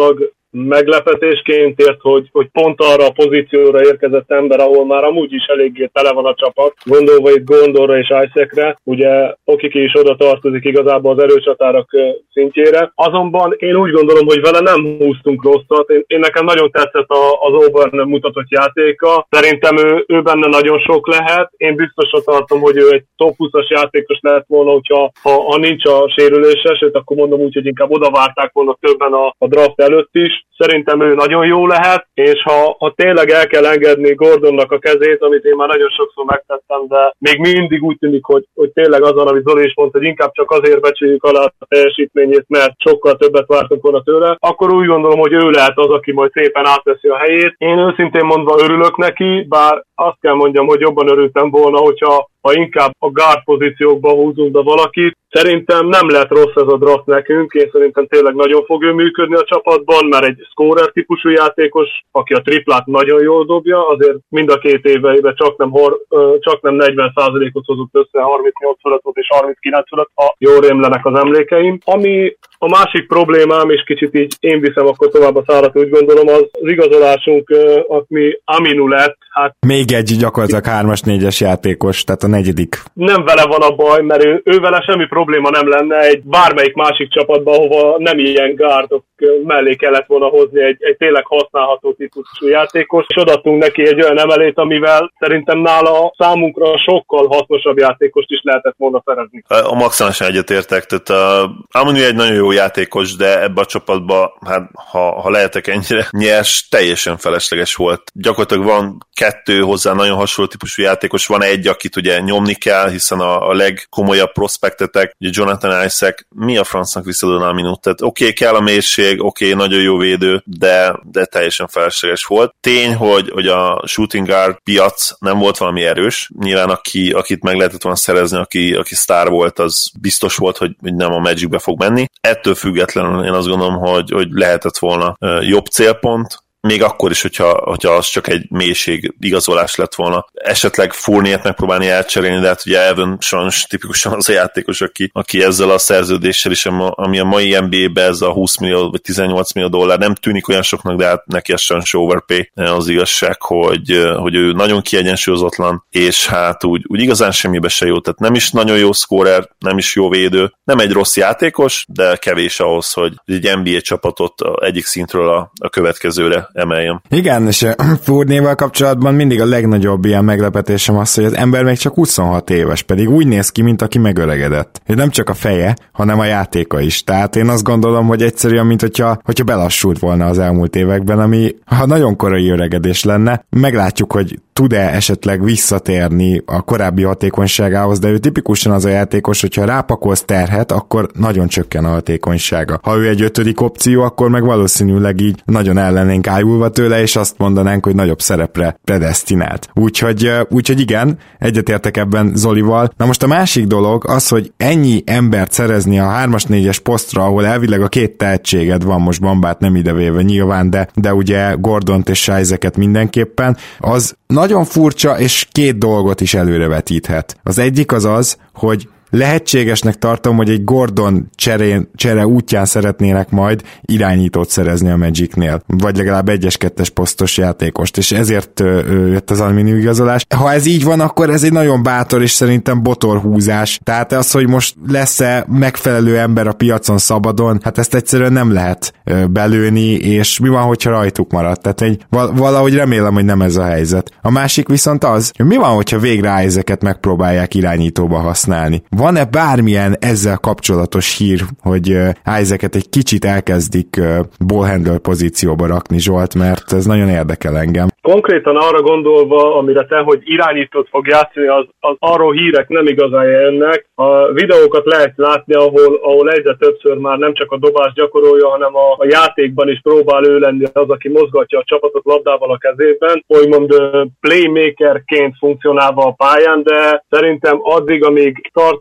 meglepetésként ért, hogy, hogy pont arra a pozícióra érkezett ember, ahol már amúgy is eléggé tele van a csapat, gondolva itt Gondorra és Isaacre, ugye Okiki is oda tartozik igazából az erőcsatárak szintjére. Azonban én úgy gondolom, hogy vele nem húztunk rosszat. Én, én nekem nagyon tetszett a, az Auburn mutatott játéka. Szerintem ő, ő benne nagyon sok lehet. Én biztosra tartom, hogy ő egy top húszas játékos lehet volna, hogyha ha, ha nincs a sérülése, sőt akkor mondom úgy, hogy inkább oda várták volna többen a, a draft előtt is. Szerintem ő nagyon jó lehet, és ha, ha tényleg el kell engedni Gordonnak a kezét, amit én már nagyon sokszor megtettem, de még mindig úgy tűnik, hogy, hogy tényleg azon, amit Zoli is mondta, hogy inkább csak azért becsüljük alá a teljesítményét, mert sokkal többet vártunk volna tőle, akkor úgy gondolom, hogy ő lehet az, aki majd szépen átveszi a helyét. Én őszintén mondva örülök neki, bár azt kell mondjam, hogy jobban örültem volna, hogyha ha inkább a guard pozíciókba húzunk be valakit. Szerintem nem lett rossz ez a draft nekünk, én szerintem tényleg nagyon fog ő működni a csapatban, mert egy scorer típusú játékos, aki a triplát nagyon jól dobja, azért mind a két éveiben csak nem, hor, csak nem negyven százalékot hozott össze, harmincnyolc fölött és harminckilenc fölött, ha jól rémlenek az emlékeim. Ami a másik problémám, és kicsit így én viszem akkor tovább a szárat, úgy gondolom, az, az igazolásunk, ami Aminu lett. Hát még egy gyakorlatilag hármas, négyes játékos, tehát a negyedik. Nem vele van a baj, mert ő, ő vele semmi probléma nem lenne egy bármelyik másik csapatban, ahova nem ilyen gárdok mellé kellett volna hozni egy, egy tényleg használható típusú játékos, és odaadtunk neki egy olyan emelét, amivel szerintem nála számunkra sokkal hasznosabb játékost is lehetett volna szerezni. A maximálisan egyetértek, tehát uh, Aminu egy nagyon jó játékos, de ebbe a csapatba, hát ha, ha lehetek ennyire nyers, teljesen felesleges volt. Gyakorlatilag van kettő hozzá nagyon hasonló típusú játékos, van egy, akit ugye nyomni kell, hiszen a, a legkomolyabb prospektetek, ugye Jonathan Isaac, mi a francnak visszadon Aminut? Tehát oké, okay, kell a mélység, oké, okay, nagyon jó védő, de, de teljesen felesleges volt. Tény, hogy, hogy a shooting guard piac nem volt valami erős. Nyilván aki, akit meg lehetett volna szerezni, aki, aki sztár volt, az biztos volt, hogy, hogy nem a Magicbe fog menni. Ettől függetlenül én azt gondolom, hogy, hogy lehetett volna jobb célpont, még akkor is, hogyha, hogyha az csak egy mélység igazolás lett volna. Esetleg Fourniert megpróbálni elcserélni, de hát ugye Evan sajnos tipikusan az a játékos, aki, aki ezzel a szerződéssel is, ami a mai en bé á-ben ez a húsz millió vagy tizennyolc millió dollár nem tűnik olyan soknak, de hát neki ez sajnos overpay. Az igazság, hogy, hogy ő nagyon kiegyensúlyozatlan, és hát úgy, úgy igazán semmibe se jó, tehát nem is nagyon jó scorer, nem is jó védő, nem egy rossz játékos, de kevés ahhoz, hogy egy en bé á csapatot egyik szintről a, a következőre emeljem. Igen, és Fournier-vel kapcsolatban mindig a legnagyobb ilyen meglepetésem az, hogy az ember még csak huszonhat éves, pedig úgy néz ki, mint aki megöregedett. És nem csak a feje, hanem a játéka is. Tehát én azt gondolom, hogy egyszerűen, mint hogyha, hogyha belassult volna az elmúlt években, ami ha nagyon korai öregedés lenne, meglátjuk, hogy tud-e esetleg visszatérni a korábbi hatékonyságához, de ő tipikusan az a játékos, hogyha rápakolsz terhet, akkor nagyon csökken a hatékonysága. Ha ő egy ötödik opció, akkor meg valószínűleg így nagyon ellenénk ájulva tőle, és azt mondanánk, hogy nagyobb szerepre predesztinált. Úgyhogy, úgyhogy igen, egyetértek ebben Zolival. Na most a másik dolog az, hogy ennyi embert szerezni a hármas négyes posztra, ahol elvileg a két tehetséged van, most Bambát nem idevéve nyilván, de, de ugye Gordont és Isaac-et mindenképpen, az nagyon furcsa, és két dolgot is előrevetíthet. Az egyik az az, hogy lehetségesnek tartom, hogy egy Gordon cserén, csere útján szeretnének majd irányítót szerezni a Magicnél, vagy legalább egyes-kettes posztos játékost, és ezért ö, ö, jött az Aminu igazolás. Ha ez így van, akkor ez egy nagyon bátor és szerintem botorhúzás. Tehát az, hogy most lesz-e megfelelő ember a piacon szabadon, hát ezt egyszerűen nem lehet ö, belőni, és mi van, hogyha rajtuk maradt? Tehát egy, valahogy remélem, hogy nem ez a helyzet. A másik viszont az, hogy mi van, hogyha végre Isaac-et megpróbálják irányítóba használni. Van-e bármilyen ezzel kapcsolatos hír, hogy Isaac-et egy kicsit elkezdik ballhandler pozícióba rakni, Zsolt, mert ez nagyon érdekel engem. Konkrétan arra gondolva, amire te, hogy irányítót fog játszani, az, az arról hírek nem igazán jönnek. A videókat lehet látni, ahol, ahol egyre többször már nem csak a dobás gyakorolja, hanem a, a játékban is próbál ő lenni az, aki mozgatja a csapatot labdával a kezében, úgymond playmakerként funkcionálva a pályán, de szerintem addig, amíg tart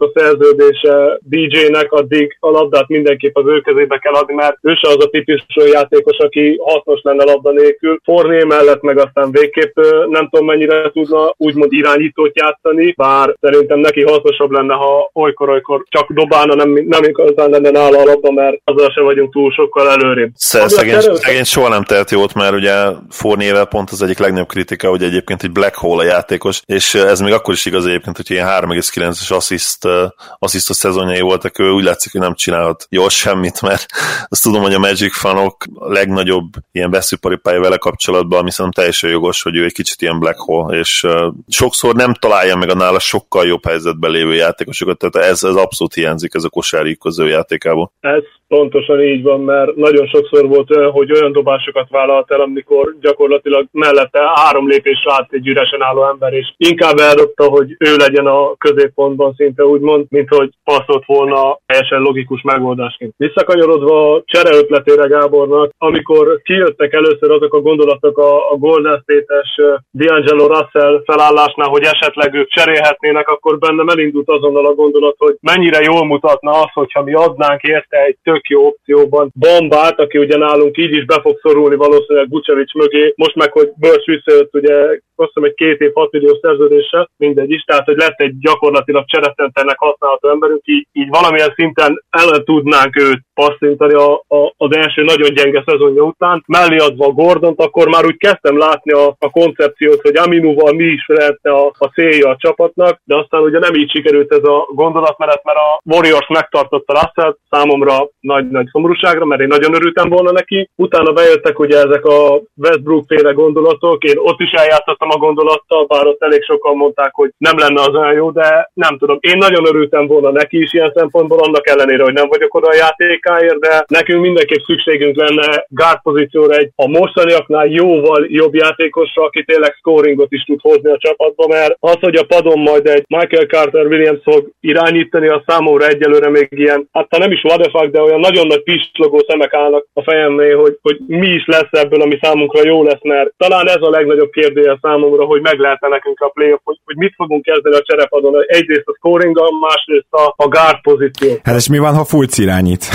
a szerződése dé jének, addig a labdát mindenképp az ő kezébe kell adni, mert ő se az a típusú játékos, aki hasznos lenne labda nélkül. Fournier mellett meg aztán végképp nem tudom mennyire tudna úgymond irányítót játszani, bár szerintem neki hasznosabb lenne, ha olykor-olykor csak dobálna, nem, nem igazán lenne nála a labda, mert azzal se vagyunk túl sokkal előrébb. Szegény, szegény soha nem tehet jót, mert ugye Fourniervel pont az egyik legnagyobb kritika, hogy egyébként egy black hole a játékos, és ez még akkor is igaz egyébként, hogy ilyen három egész kilences assziszt, asszisztos szezonjai voltak, ő úgy látszik, hogy nem csinálhat jól semmit, mert azt tudom, hogy a Magic fanok a legnagyobb ilyen veszőparipája vele kapcsolatban, ami szerintem teljesen jogos, hogy ő egy kicsit ilyen black hole, és uh, sokszor nem találja meg a nála sokkal jobb helyzetben lévő játékosokat, tehát ez, ez abszolút hiányzik, ez a kosári köző játékából. Ez pontosan így van, mert nagyon sokszor volt olyan, hogy olyan dobásokat vállalt el, amikor gyakorlatilag mellette három lépésre állt egy üresen álló ember, és inkább eldobta, hogy ő legyen a középpontban szinte úgymond, mint hogy passzolt volna teljesen logikus megoldásként. Visszakanyarodva a csere ötletére Gábornak, amikor kijöttek először azok a gondolatok a, a Golden State-es D'Angelo Russell felállásnál, hogy esetleg ők cserélhetnének, akkor bennem elindult azonnal a gondolat, hogy mennyire jól mutatna az, hogyha mi adnánk érte egy tök jó opcióban Bambát, aki ugye nálunk így is be fog szorulni valószínűleg Vucevic mögé, most meg, hogy Burch visszajött, ugye azt hiszem egy két év hat millió szerződéssel, mindegy is, tehát hogy lett egy gyakorlatilag cserecenternek használható emberünk, így, így valamilyen szinten ellen tudnánk őt passzintani a, a, az első nagyon gyenge szezonja után, mellé adva a Gordont, akkor már úgy kezdtem látni a, a koncepciót, hogy Aminuval mi is lehetne a, a célja a csapatnak, de aztán ugye nem így sikerült ez a gondolatmenet, mert a Warriors megtartotta Russell, számomra nagy-nagy szomorúságra, mert én nagyon örültem volna neki. Utána bejöttek ugye ezek a Westbrook-féle gondolatok, én ott is eljátszottam a gondolattal, bár ott elég sokan mondták, hogy nem lenne az olyan jó, de nem tudom. Én nagyon örültem volna neki is ilyen szempontból, annak ellenére, hogy nem vagyok oda a játékáért, de nekünk mindenképp szükségünk lenne guard pozícióra egy a mostaniaknál jóval jobb játékosra, aki tényleg scoringot is tud hozni a csapatba, mert az, hogy a padon majd egy Michael Carter Williams fog irányítani, a számomra egyelőre még ilyen, hát ha nem is what the fuck, de olyan nagyon nagy pislogó szemek állnak a fejemnél, hogy, hogy mi is lesz ebből, ami számunkra jó lesz, mert talán ez a legnagyobb kérdése számomra, hogy meg lehetne nekünk a playoff, hogy, hogy mit fogunk kezdeni a cserepadon. Egyrészt a scoringgal, másrészt a, a guard pozíció. Hát és mi van, ha Fulc irányít?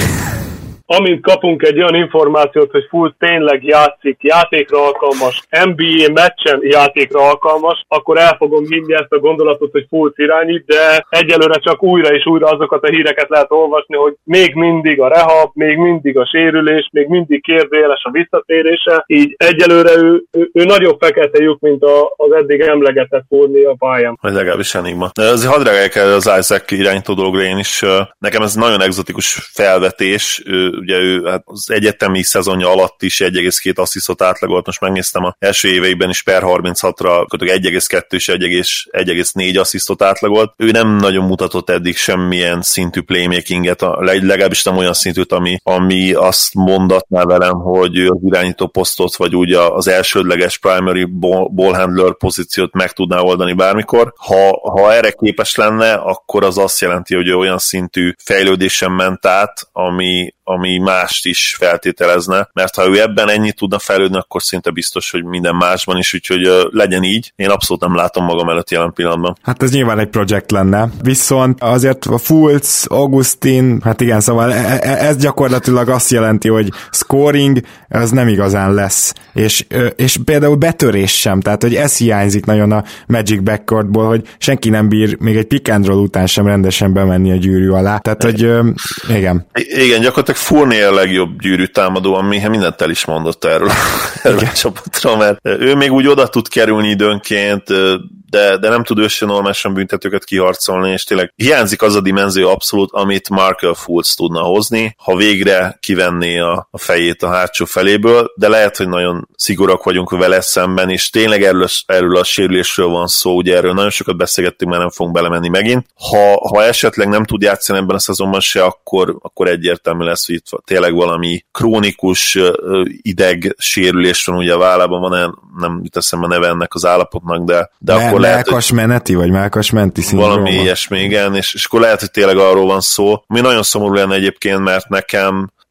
Amint kapunk egy olyan információt, hogy Fulc tényleg játszik, játékra alkalmas, en bé á meccsen játékra alkalmas, akkor el fogom hinni ezt a gondolatot, hogy Fulc irányít, de egyelőre csak újra és újra azokat a híreket lehet olvasni, hogy még mindig a rehab, még mindig a sérülés, még mindig kérdőjeles a visszatérése, így egyelőre ő, ő, ő nagyobb fekete lyuk, mint a, az eddig emlegetett Fournier a pályán. Vagy legalábbis enigma. De azért hadd reagálják el az Isaac irányító dologra én is. Nekem ez nagyon egzotikus felvetés. Ugye ő hát az egyetemi szezonja alatt is egy egész két asszisztot átlagolt, most megnéztem az első éveiben is per harminchatra, egy egész kettő és egy egész négy asszisztot átlagolt. Ő nem nagyon mutatott eddig semmilyen szintű playmakinget, legalábbis nem olyan szintűt, ami, ami azt mondatná velem, hogy ő az irányító posztot, vagy úgy az elsődleges primary ball handler pozíciót meg tudná oldani bármikor. Ha, ha erre képes lenne, akkor az azt jelenti, hogy ő olyan szintű fejlődésen ment át, ami ami mást is feltételezne, mert ha ő ebben ennyit tudna fejlődni, akkor szinte biztos, hogy minden másban is, úgyhogy uh, legyen így. Én abszolút nem látom magam előtt jelen pillanatban. Hát ez nyilván egy projekt lenne. Viszont azért a Fulc, Augustin, hát igen, szóval ez gyakorlatilag azt jelenti, hogy scoring, ez nem igazán lesz. És, és például betörés sem, tehát hogy ez hiányzik nagyon a Magic backcourtból, hogy senki nem bír még egy pick and roll után sem rendesen bemenni a gyűrű alá. Tehát, hogy igen. I- igen, gyakorlatilag Fournier a legjobb gyűrű támadó, ami mindent el is mondott erről, erről a csapatról, mert ő még úgy oda tud kerülni időnként, de, de nem tud ő se normálisan büntetőket kiharcolni, és tényleg hiányzik az a dimenzió abszolút, amit Markel Fultz tudna hozni, ha végre kivenné a, a fejét a hátsó feléből, de lehet, hogy nagyon szigorúak vagyunk vele szemben, és tényleg erről, erről a sérülésről van szó, ugye erről nagyon sokat beszélgettünk, mert nem fogunk belemenni megint. Ha, ha esetleg nem tud játszani ebben a szezonban se, akkor, akkor egyértelmű lesz, hogy itt tényleg valami krónikus ideg sérülés van, ugye a vállában van, nem jut eszembe neve ennek az állapotnak, de, de Me- akkor lehet, Melkas meneti, vagy Melkas menti szindróma. Valami ilyesmi, igen, és, és akkor lehet, hogy tényleg arról van szó, ami nagyon szomorú lenne egyébként, mert nekem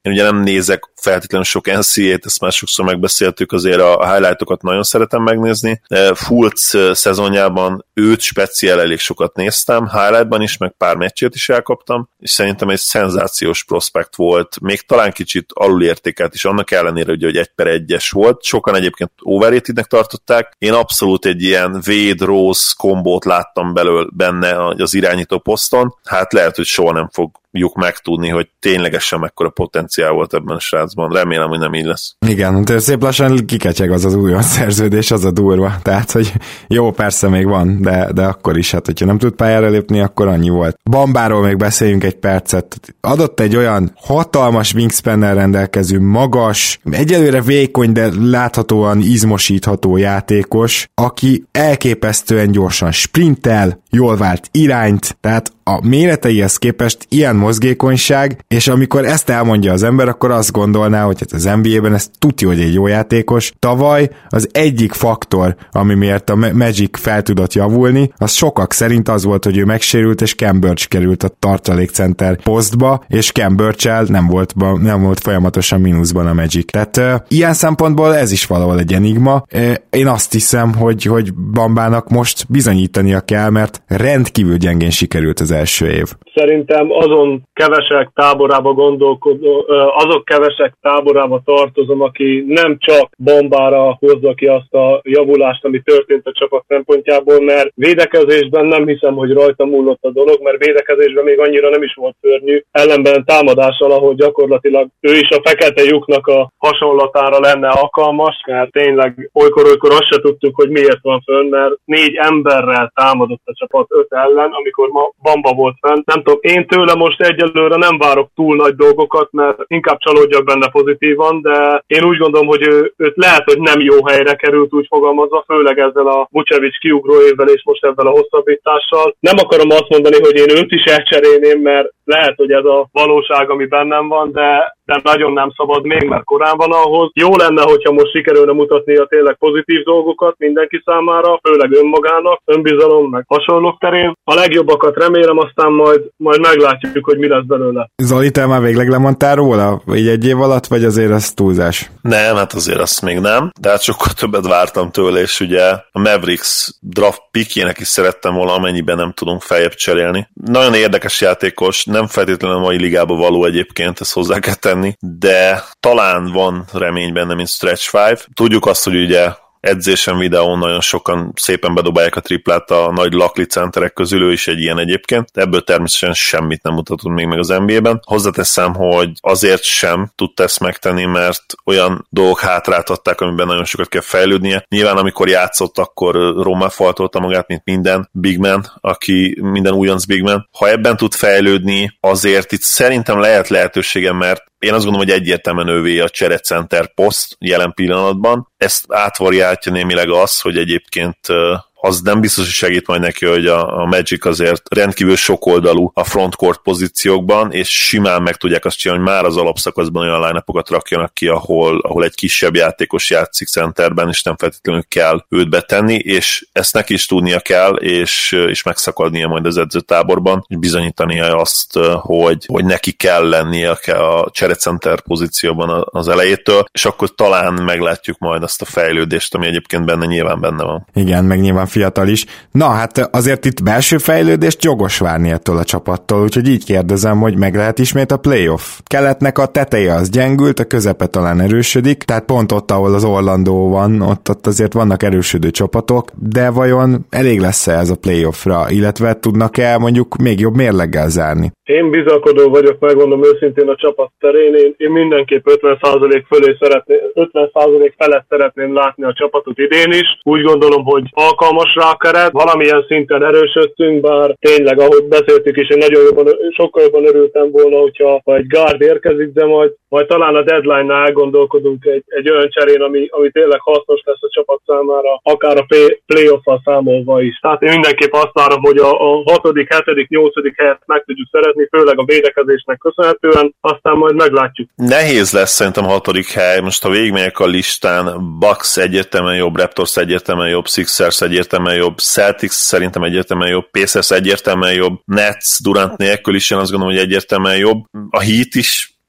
Én ugye nem nézek feltétlenül sok en cé á-t, ezt már sokszor megbeszéltük, azért a highlightokat nagyon szeretem megnézni. Fultz szezonjában őt speciál elég sokat néztem, highlightban is, meg pár meccsét is elkaptam, és szerintem egy szenzációs prospekt volt, még talán kicsit alulértékelt is, annak ellenére, ugye, hogy egy per egyes volt. Sokan egyébként overratednek tartották. Én abszolút egy ilyen Wade-Rose kombót láttam belőle benne az irányító poszton. Hát lehet, hogy soha nem fogjuk megtudni, hogy ténylegesen mekkora potenciál volt ebben a srácban. Remélem, hogy nem így lesz. Igen, de szép lassan kikecseg az az új szerződés, az a durva. Tehát, hogy jó, persze még van, de, de akkor is, hát hogyha nem tud pályára lépni, akkor annyi volt. Bambáról még beszéljünk egy percet. Adott egy olyan hatalmas wingspannel rendelkező, magas, egyelőre vékony, de láthatóan izmosítható játékos, aki elképesztően gyorsan sprintel, jól vált irányt, tehát a méreteihez képest ilyen mozgékonyság, és amikor ezt elmondja az ember, akkor azt gondolná, hogy hát az en bé á-ben ez tudja, hogy egy jó játékos. Tavaly az egyik faktor, ami miatt a Magic fel tudott javulni, az sokak szerint az volt, hogy ő megsérült, és Cam Birch került a tartalékcenter posztba, és Cam Birch-el nem volt, nem volt folyamatosan mínuszban a Magic. Tehát uh, ilyen szempontból ez is valahol egy enigma. Uh, én azt hiszem, hogy, hogy Bambának most bizonyítania kell, mert rendkívül gyengén sikerült az első év. Szerintem azon kevesek táborába gondolkodó, azok kevesek táborába tartozom, aki nem csak Bambára hozza ki azt a javulást, ami történt a csapat szempontjából, mert védekezésben nem hiszem, hogy rajta múlott a dolog, mert védekezésben még annyira nem is volt szörnyű. Ellenben támadással, ahol gyakorlatilag ő is a fekete lyuknak a hasonlatára lenne alkalmas, mert tényleg olykor-olykor azt se tudtuk, hogy miért van fönn, mert négy emberrel támadott a csapat öt ellen, amikor ma Bamba volt fenn. Nem tudom, én tőle most egyelőre nem várok túl nagy dolgokat, mert inkább csalódjak benne pozitívan, de én úgy gondolom, hogy ő, őt lehet, hogy nem jó helyre került, úgy fogalmazva, főleg ezzel a Vucevic kiugró évvel és most ezzel a hosszabbítással. Nem akarom azt mondani, hogy én őt is elcserélném, mert lehet, hogy ez a valóság, ami bennem van, de, de nagyon nem szabad még, mert korán van ahhoz. Jó lenne, hogyha most sikerülne mutatnia tényleg pozitív dolgokat mindenki számára, főleg önmagának, önbizalom, meg hasonlók terén. A legjobbakat remélem, aztán majd, majd meglátjuk, hogy mi lesz belőle. Zoli, te már végleg lemondtál róla? Így egy év alatt, vagy azért ez túlzás? Nem, hát azért azt még nem, de hát sokkal többet vártam tőle, és ugye a Mavericks draft pickjének is szerettem volna, amennyiben nem tudunk feljebb cserélni. Nagyon érdekes játékos, nem feltétlenül a mai ligába való egyébként, ezt hozzá kell tenni, de talán van remény benne, mint stretch five. Tudjuk azt, hogy ugye edzésen, videón nagyon sokan szépen bedobálják a triplát a nagy lakli centerek közül, ő is egy ilyen egyébként, de ebből természetesen semmit nem mutatott még meg az en bé á-ben. Hozzáteszem, hogy azért sem tudta ezt megtenni, mert olyan dolgok hátráltatták, amiben nagyon sokat kell fejlődnie. Nyilván amikor játszott, akkor rommá faltolta magát, mint minden big man, aki minden újonc big man. Ha ebben tud fejlődni, azért itt szerintem lehet lehetősége, mert én azt gondolom, hogy egyértelműen ővé a cserecenter poszt jelen pillanatban. Ezt átvarjáltja némileg az, hogy egyébként az nem biztos, hogy segít majd neki, hogy a, a Magic azért rendkívül sokoldalú a frontcourt pozíciókban, és simán meg tudják azt csinálni, hogy már az alapszakaszban olyan line-upokat rakjanak ki, ahol, ahol egy kisebb játékos játszik centerben, és nem feltétlenül kell őt betenni, és ezt neki is tudnia kell, és, és megszakadnia majd az edzőtáborban, és bizonyítania azt, hogy, hogy neki kell lennie a cserecenter pozícióban az elejétől, és akkor talán meglátjuk majd azt a fejlődést, ami egyébként benne nyilván benne van. Igen, meg nyilván fiatal is. Na, hát azért itt belső fejlődést jogos várni ettől a csapattól, úgyhogy így kérdezem, hogy meg lehet ismét a playoff. Keletnek a teteje az gyengült, a közepe talán erősödik, tehát pont ott, ahol az Orlandó van, ott, ott azért vannak erősödő csapatok, de vajon elég lesz-e ez a playoffra, illetve tudnak-e mondjuk még jobb mérleggel zárni? Én bizakodó vagyok, megmondom őszintén a csapat terén, én, én mindenképp ötven százalék fölé szeretném, ötven százalék felett szeretném látni a csapatot idén is. Úgy gondolom, hogy alkalmas rá a keret, valamilyen szinten erősödtünk, bár tényleg, ahogy beszéltük is, én nagyon jobban, sokkal jobban örültem volna, hogyha egy guard érkezik, de majd, majd talán a deadline-nál elgondolkodunk egy, egy olyan cserén, ami, ami tényleg hasznos lesz a csapat számára, akár a playoff-val számolva is. Tehát én mindenképp azt várom, hogy a, a hatodik, hetedik, nyolcadik helyet meg tudjuk szeretni, főleg a védekezésnek köszönhetően, aztán majd meglátjuk. Nehéz lesz szerintem a hatodik hely, most ha végigmegyek a listán, Bucks egyértelműen jobb, Raptors egyértelműen jobb, Sixers egyértelműen jobb, Celtics szerintem egyértelműen jobb, Pacers egyértelműen jobb, Nets Durant nélkül is én azt gondolom, hogy egyértelműen jobb, a Heat is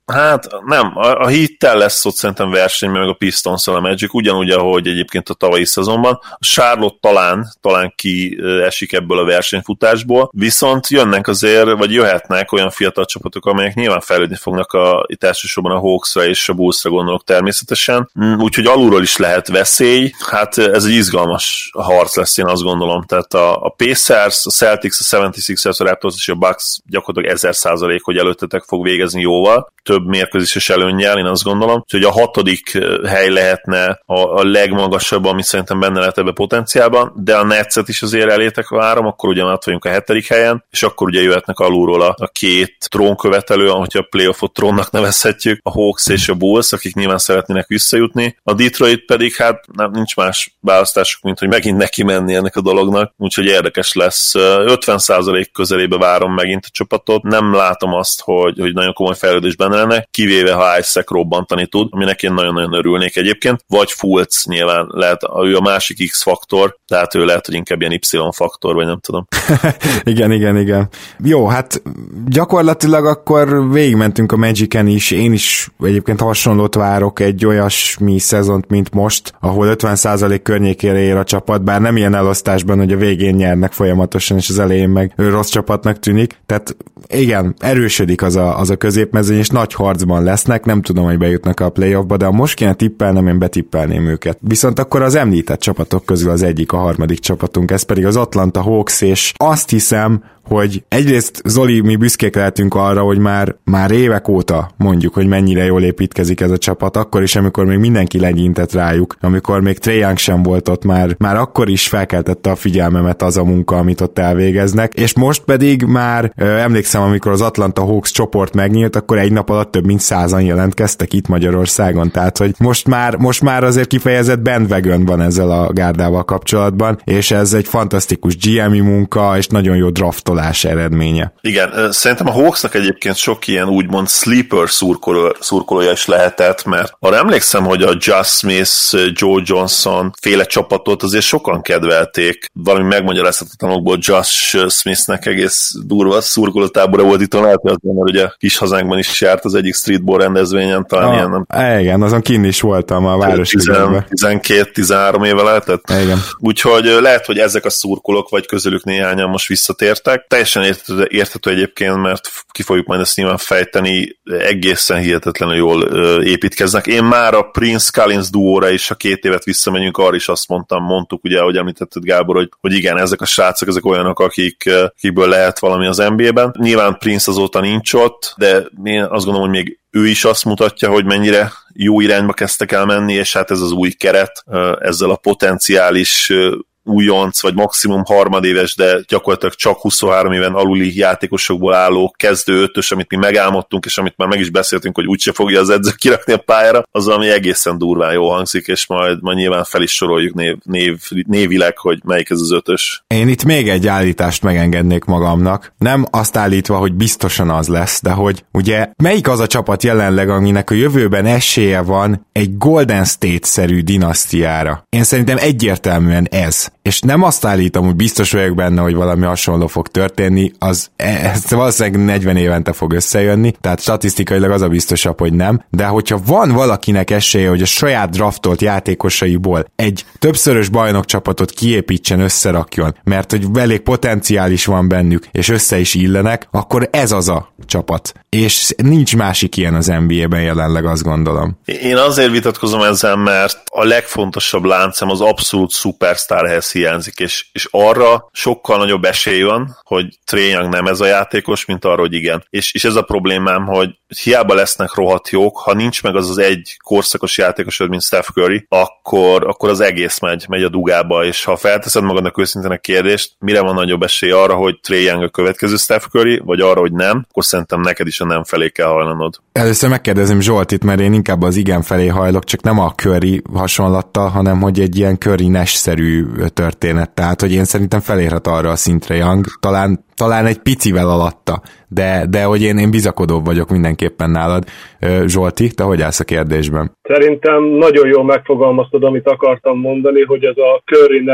Hát nem, a, a Heat-tel lesz ott szerintem verseny, meg a Pistons-szal a Magic, ugyanúgy, ahogy egyébként a tavalyi szezonban. A Charlotte talán, talán ki esik ebből a versenyfutásból, viszont jönnek azért, vagy jöhetnek olyan fiatal csapatok, amelyek nyilván fejlődni fognak a, itt elsősorban a Hawksra és a Bullsra gondolok természetesen, úgyhogy alulról is lehet veszély, hát ez egy izgalmas harc lesz, én azt gondolom, tehát a, a Pacers, a Celtics, a hetvenhatszor, a Raptors és a Bucks gyakorlatilag ezer százalék, hogy előttetek fog végezni jóval, több mérkőzéses előnnyel, én azt gondolom, úgyhogy a hatodik hely lehetne a, a legmagasabb, ami szerintem benne lehet ebbe potenciálban, de a Netset is azért elétek várom, akkor ugyanát vagyunk a hetedik helyen, és akkor ugye jöhetnek alulról a, a két trónkövetelő, ahogy a playoffot trónnak nevezhetjük, a Hawks és a Bulls, akik nyilván szeretnének visszajutni, a Detroit pedig hát nem, nincs más választásuk, mint hogy megint neki menni ennek a dolognak, úgyhogy érdekes lesz. ötven százalék közelébe várom megint a csapatot, nem látom azt, hogy, hogy nagyon komoly fejlődés benne lenne, kivéve ha Isaac robbantani tud, aminek én nagyon-nagyon örülnék egyébként, vagy Fultz nyilván lehet, ő a másik X-faktor, tehát ő lehet, hogy inkább ilyen Y-faktor, vagy nem tudom. igen, igen, igen. Jó, hát gyakorlatilag akkor végigmentünk a Magicen is, én is egyébként hasonlót várok egy olyasmi szezont, mint most, ahol ötven százalék környékére ér a csapat, bár nem ilyen elosztásban, hogy a végén nyernek folyamatosan, és az elején meg rossz csapatnak tűnik, tehát igen, erősödik az a, az a középmezőny, és nagy harcban lesznek, nem tudom, hogy bejutnak a playoffba, de ha most kéne tippelnem, én betippelném őket. Viszont akkor az említett csapatok közül az egyik a harmadik csapatunk, ez pedig az Atlanta Hawks, és azt hiszem, hogy egyrészt, Zoli, mi büszkék lehetünk arra, hogy már, már évek óta mondjuk, hogy mennyire jól építkezik ez a csapat, akkor is, amikor még mindenki legyintett rájuk, amikor még Trae Young sem volt ott, már, már akkor is felkeltette a figyelmemet az a munka, amit ott elvégeznek, és most pedig már ö, emlékszem, amikor az Atlanta Hawks csoport megnyílt, akkor egy nap alatt több mint százan jelentkeztek itt Magyarországon, tehát hogy most már, most már azért kifejezett bandwagon van ezzel a gárdával kapcsolatban, és ez egy fantasztikus gé em i munka, és nagyon jó draftolás eredménye. Igen, szerintem a Hawksnak egyébként sok ilyen úgymond sleeper szurkoló, szurkolója is lehetett, mert arra emlékszem, hogy a Josh Smith, Joe Johnson féle csapatot azért sokan kedvelték. Valami megmagyarázhatatlanokból Josh Smithnek egész durva szurkolótábora volt itt, lehet, hogy azért, mert ugye kis hazánkban is járt az egyik streetball rendezvényen, talán ah, ilyen nem. Igen, azon kinn is voltam a város tizenkét-tizenhárom éve lehetett. Igen. Úgyhogy lehet, hogy ezek a szurkolók, vagy közülük néhányan most visszatértek. Teljesen érthető, érthető egyébként, mert ki fogjuk majd ezt nyilván fejteni, egészen hihetetlenül jól ö, építkeznek. Én már a Prince-Collins duóra is, ha két évet visszamegyünk, arra is azt mondtam, mondtuk ugye, ahogy említetted Gábor, hogy, hogy igen, ezek a srácok, ezek olyanok, akik, akikből lehet valami az en bé á-ben. Nyilván Prince azóta nincs ott, de én azt gondolom, hogy még ő is azt mutatja, hogy mennyire jó irányba kezdtek el menni, és hát ez az új keret, ezzel a potenciális újonc, vagy maximum harmadéves, de gyakorlatilag csak huszonhárom éven aluli játékosokból álló kezdő ötös, amit mi megálmodtunk, és amit már meg is beszéltünk, hogy úgyse fogja az edző kirakni a pályára, az ami egészen durván jó hangzik, és majd, majd nyilván fel is soroljuk név, név, névileg, hogy melyik ez az ötös. Én itt még egy állítást megengednék magamnak. Nem azt állítva, hogy biztosan az lesz, de hogy ugye melyik az a csapat jelenleg, aminek a jövőben esélye van egy Golden State-szerű dinasztiára? Én szerintem egyértelműen ez. És nem azt állítom, hogy biztos vagyok benne, hogy valami hasonló fog történni, az ez valószínűleg negyven évente fog összejönni, tehát statisztikailag az a biztosabb, hogy nem, de hogyha van valakinek esélye, hogy a saját draftolt játékosaiból egy többszörös bajnokcsapatot kiépítsen, összerakjon, mert hogy elég potenciális van bennük, és össze is illenek, akkor ez az a csapat. És nincs másik ilyen az en bé á-ben jelenleg, azt gondolom. Én azért vitatkozom ezzel, mert a legfontosabb láncem az abszolút szupersztárhez hiányzik, és, és arra sokkal nagyobb esély van, hogy Trae Young nem ez a játékos, mint arra, hogy igen. És, és ez a problémám, hogy hiába lesznek rohadt jók, ha nincs meg az az egy korszakos játékosod, mint Steph Curry, akkor, akkor az egész megy, megy a dugába, és ha felteszed magadnak őszintén a kérdést, mire van nagyobb esély arra, hogy Trae Young a következő Steph Curry, vagy arra, hogy nem, akkor szerintem neked is a nem felé kell hajlanod. Először megkérdezem Zsoltit, mert én inkább az igen felé hajlok, csak nem a Curry hasonlattal, hanem hogy egy ilyen Curry-Nash-szerű történet, tehát hogy én szerintem felérhet arra a szintre Young, talán, talán egy picivel alatta, de, de hogy én, én bizakodóbb vagyok mindenképpen nálad. Zsolti, te hogy állsz a kérdésben? Szerintem nagyon jól megfogalmaztad, amit akartam mondani, hogy ez a Curry-Nash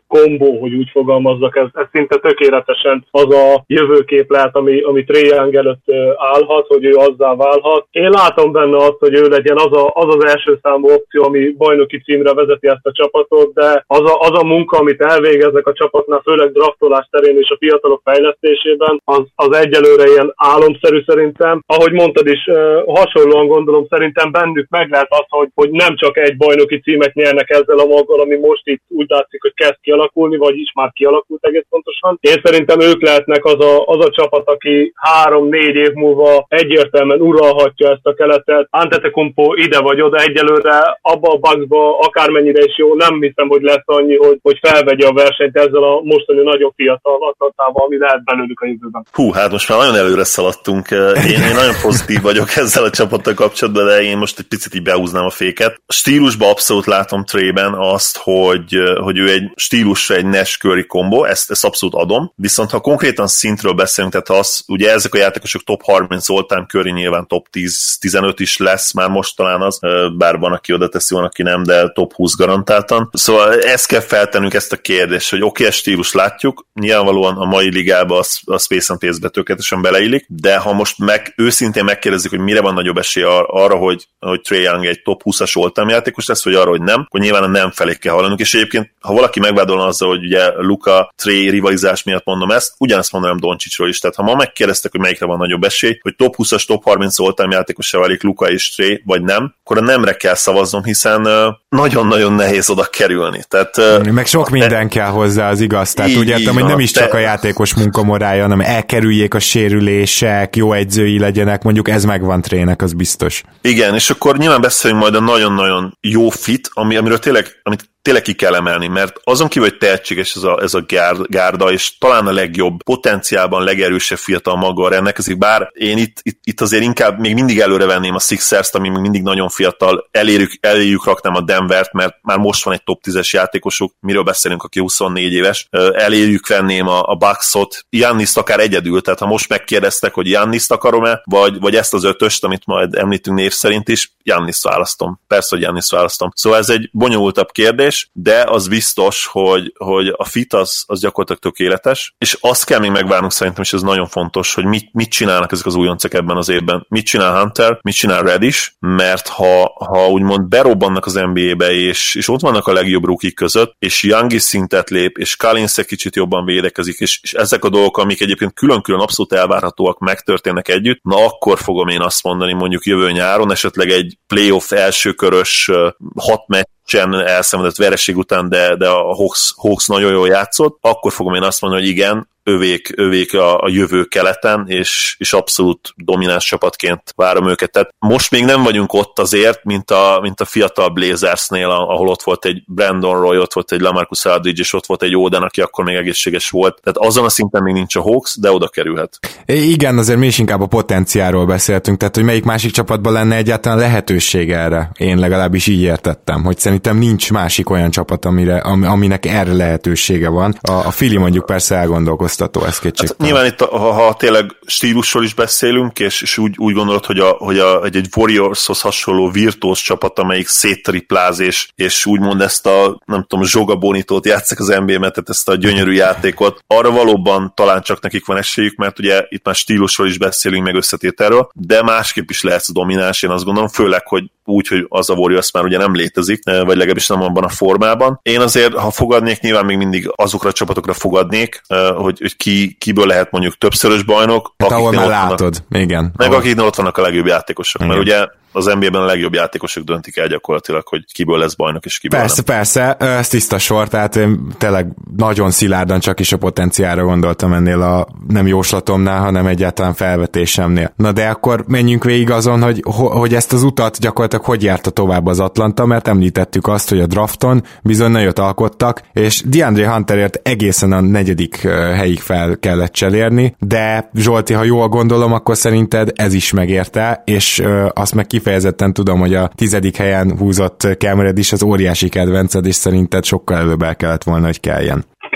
kombó, hogy úgy fogalmazzak, ez, ez szinte tökéletesen az a jövőkép lehet, ami, ami Trae Young előtt állhat, hogy ő azzá válhat. Én látom benne azt, hogy ő legyen az, a, az az első számú opció, ami bajnoki címre vezeti ezt a csapatot, de az a, az a munka, amit elvégeznek a csapatnál, főleg draftolás terén és a fiatalok fejlesztésében, az, az egyelőre ilyen álomszerű szerintem. Ahogy mondtad is, hasonlóan gondolom, szerintem bennük meg lehet az, hogy, hogy nem csak egy bajnoki címet nyernek ezzel a maggal, ami most itt úgy látszik, hogy kezd kialakulni, vagyis már kialakult egész pontosan. Én szerintem ők lehetnek az a, az a csapat, aki három-négy év múlva egyértelműen uralhatja ezt a keletet. Antetokounmpo ide vagy oda, egyelőre abba a Bucksba akármennyire is jó, nem hiszem, hogy lesz annyi, hogy, hogy felvegye a versenyt ezzel a mostani nagyon fiatal atlatával, ami lehet belőlük a jövőben. Hú, hát most már nagyon előre szaladtunk. Én, én nagyon pozitív vagyok ezzel a csapattal kapcsolatban, de én most egy picit így behúznám a féket. A stílusban abszolút látom Trae-ben azt, hogy, hogy ő egy stílusra egy Nash Curry kombó, ezt, ezt abszolút adom, viszont ha konkrétan szintről beszélünk, tehát az, ugye ezek a játékosok top harminc all-time, Curry nyilván top tíz-tizenöt is lesz, már most talán az, bár van, aki oda teszi, van, aki nem, de top húsz garantáltan. Szóval ezt kell feltennünk ezt a kérdést, hogy oké, okay, stílus látjuk, nyilvánvalóan a mai ligában a, a Space and Pace-be tökéletesen beleillik, de ha most meg, őszintén megkérdezzük, hogy mire van nagyobb esély arra, hogy, hogy Trae Young egy top húszas all-time játékos lesz, vagy arra, hogy nem, akkor nyilván a nem felé kell hallanunk, és egyébként, ha valaki megvádolna azzal, hogy ugye Luka Trae rivalizás miatt mondom ezt, ugyanezt mondanám Doncsicsról is, tehát ha ma megkérdeztek, hogy melyikre van nagyobb esély, hogy top húszas, top harminc all-time játékosra válik Luka és Trae, vagy nem, akkor a nemre kell szavaznom, hiszen uh, nagyon-nagyon nehéz oda kerülni. Tehát, uh, meg sok minden kell hozzá, az igaz. Tehát így, úgy értem, hogy nem is csak te... a játékos munkamorája, hanem elkerüljék a sérülések, jó edzői legyenek, mondjuk ez megvan Trae-nek, az biztos. Igen, és akkor nyilván beszélünk majd a nagyon-nagyon jó fit, ami, amiről tényleg, amit tényleg ki kell emelni, mert azon kívül, hogy tehetséges ez a, ez a gárda, és talán a legjobb, potenciálban legerősebb fiatal maggal rendelkezik, bár én itt, itt, itt azért inkább még mindig előre venném a Sixers-t, ami még mindig nagyon fiatal, elérjük, elérjük raknám a Denvert, mert már most van egy top tízes játékosuk, miről beszélünk, aki huszonnégy éves, elérjük venném a, a Bucksot, Gianniszt akár egyedül, tehát ha most megkérdeztek, hogy Gianniszt akarom-e, vagy, vagy ezt az ötöst, amit majd említünk név szerint is, Gianniszt választom. Persze, hogy Gianniszt választom. Szóval ez egy bonyolultabb kérdés, de az biztos, hogy, hogy a fit az, az gyakorlatilag tökéletes, és azt kell még megvárnunk szerintem, és ez nagyon fontos, hogy mit, mit csinálnak ezek az újoncok ebben az évben. Mit csinál Hunter, mit csinál Reddish, mert ha, ha úgymond berobbannak az en bé á-be, és, és ott vannak a legjobb rookie között, és Young is szintet lép, és Collins egy kicsit jobban védekezik, és, és ezek a dolgok, amik egyébként külön-külön abszolút elvárhatóak, megtörténnek együtt, na akkor fogom én azt mondani, mondjuk jövő nyáron, esetleg egy playoff elsőkörös hat meccs elszenvedett vereség után, de, de a Hawks, Hawks nagyon jól játszott, akkor fogom én azt mondani, hogy igen, övék, övék a, a jövő keleten, és, és abszolút domináns csapatként várom őket. Tehát most még nem vagyunk ott azért, mint a, mint a fiatal Blazersnél, ahol ott volt egy Brandon Roy, ott volt egy LaMarcus Aldridge, és ott volt egy Oden, aki akkor még egészséges volt. Tehát azon a szinten még nincs a Hawks, de oda kerülhet. Igen, azért mi is inkább a potenciáról beszéltünk, tehát hogy melyik másik csapatban lenne egyáltalán lehetőség erre. Én legalábbis így értettem, hogy szerintem nincs másik olyan csapat, amire, aminek erre lehetősége van. A, a Philly mondjuk persze elgondolkoztat. Hát, nyilván itt, ha, ha tényleg stílusról is beszélünk, és, és úgy, úgy gondolod, hogy, a, hogy a, egy, egy Warriorshoz hasonló virtuóz csapat, amelyik széttripláz, és, és úgymond ezt a, nem tudom, Zsoga Bonitót játszik az en bé á-ben, tehát ezt a gyönyörű játékot, arra valóban talán csak nekik van esélyük, mert ugye itt már stílusról is beszélünk, meg összetételről, de másképp is lehetsz domináns, én azt gondolom, főleg, hogy úgy, hogy az a Warriors már ugye nem létezik, vagy legalábbis nem abban a formában. Én azért, ha fogadnék, nyilván még mindig azokra a csapatokra fogadnék, hogy, hogy ki, kiből lehet mondjuk többszörös bajnok. Hát ahol már látod, vannak, igen. Meg ahol... akiknél ott vannak a legjobb játékosok, igen. Mert ugye az en bé á-ben a legjobb játékosok döntik el gyakorlatilag, hogy kiből lesz bajnok, és kiből persze, nem. Persze, ez tiszta sor, tehát én tényleg nagyon szilárdan csak is a potenciálra gondoltam ennél a nem jóslatomnál, hanem egyáltalán felvetésemnél. Na de akkor menjünk végig azon, hogy, hogy ezt az utat gyakorlatilag hogy járta tovább az Atlanta, mert említettük azt, hogy a drafton bizony nagyot alkottak, és DeAndre Hunterért egészen a negyedik helyig fel kellett cserélni, de Zsolti, ha jól gondolom, akkor szerinted ez is megérte, és azt meg kifejezetten tudom, hogy a tizedik helyen húzott Cam Reddish az óriási kedvenced, és szerinted sokkal előbb el kellett volna, hogy kelljen.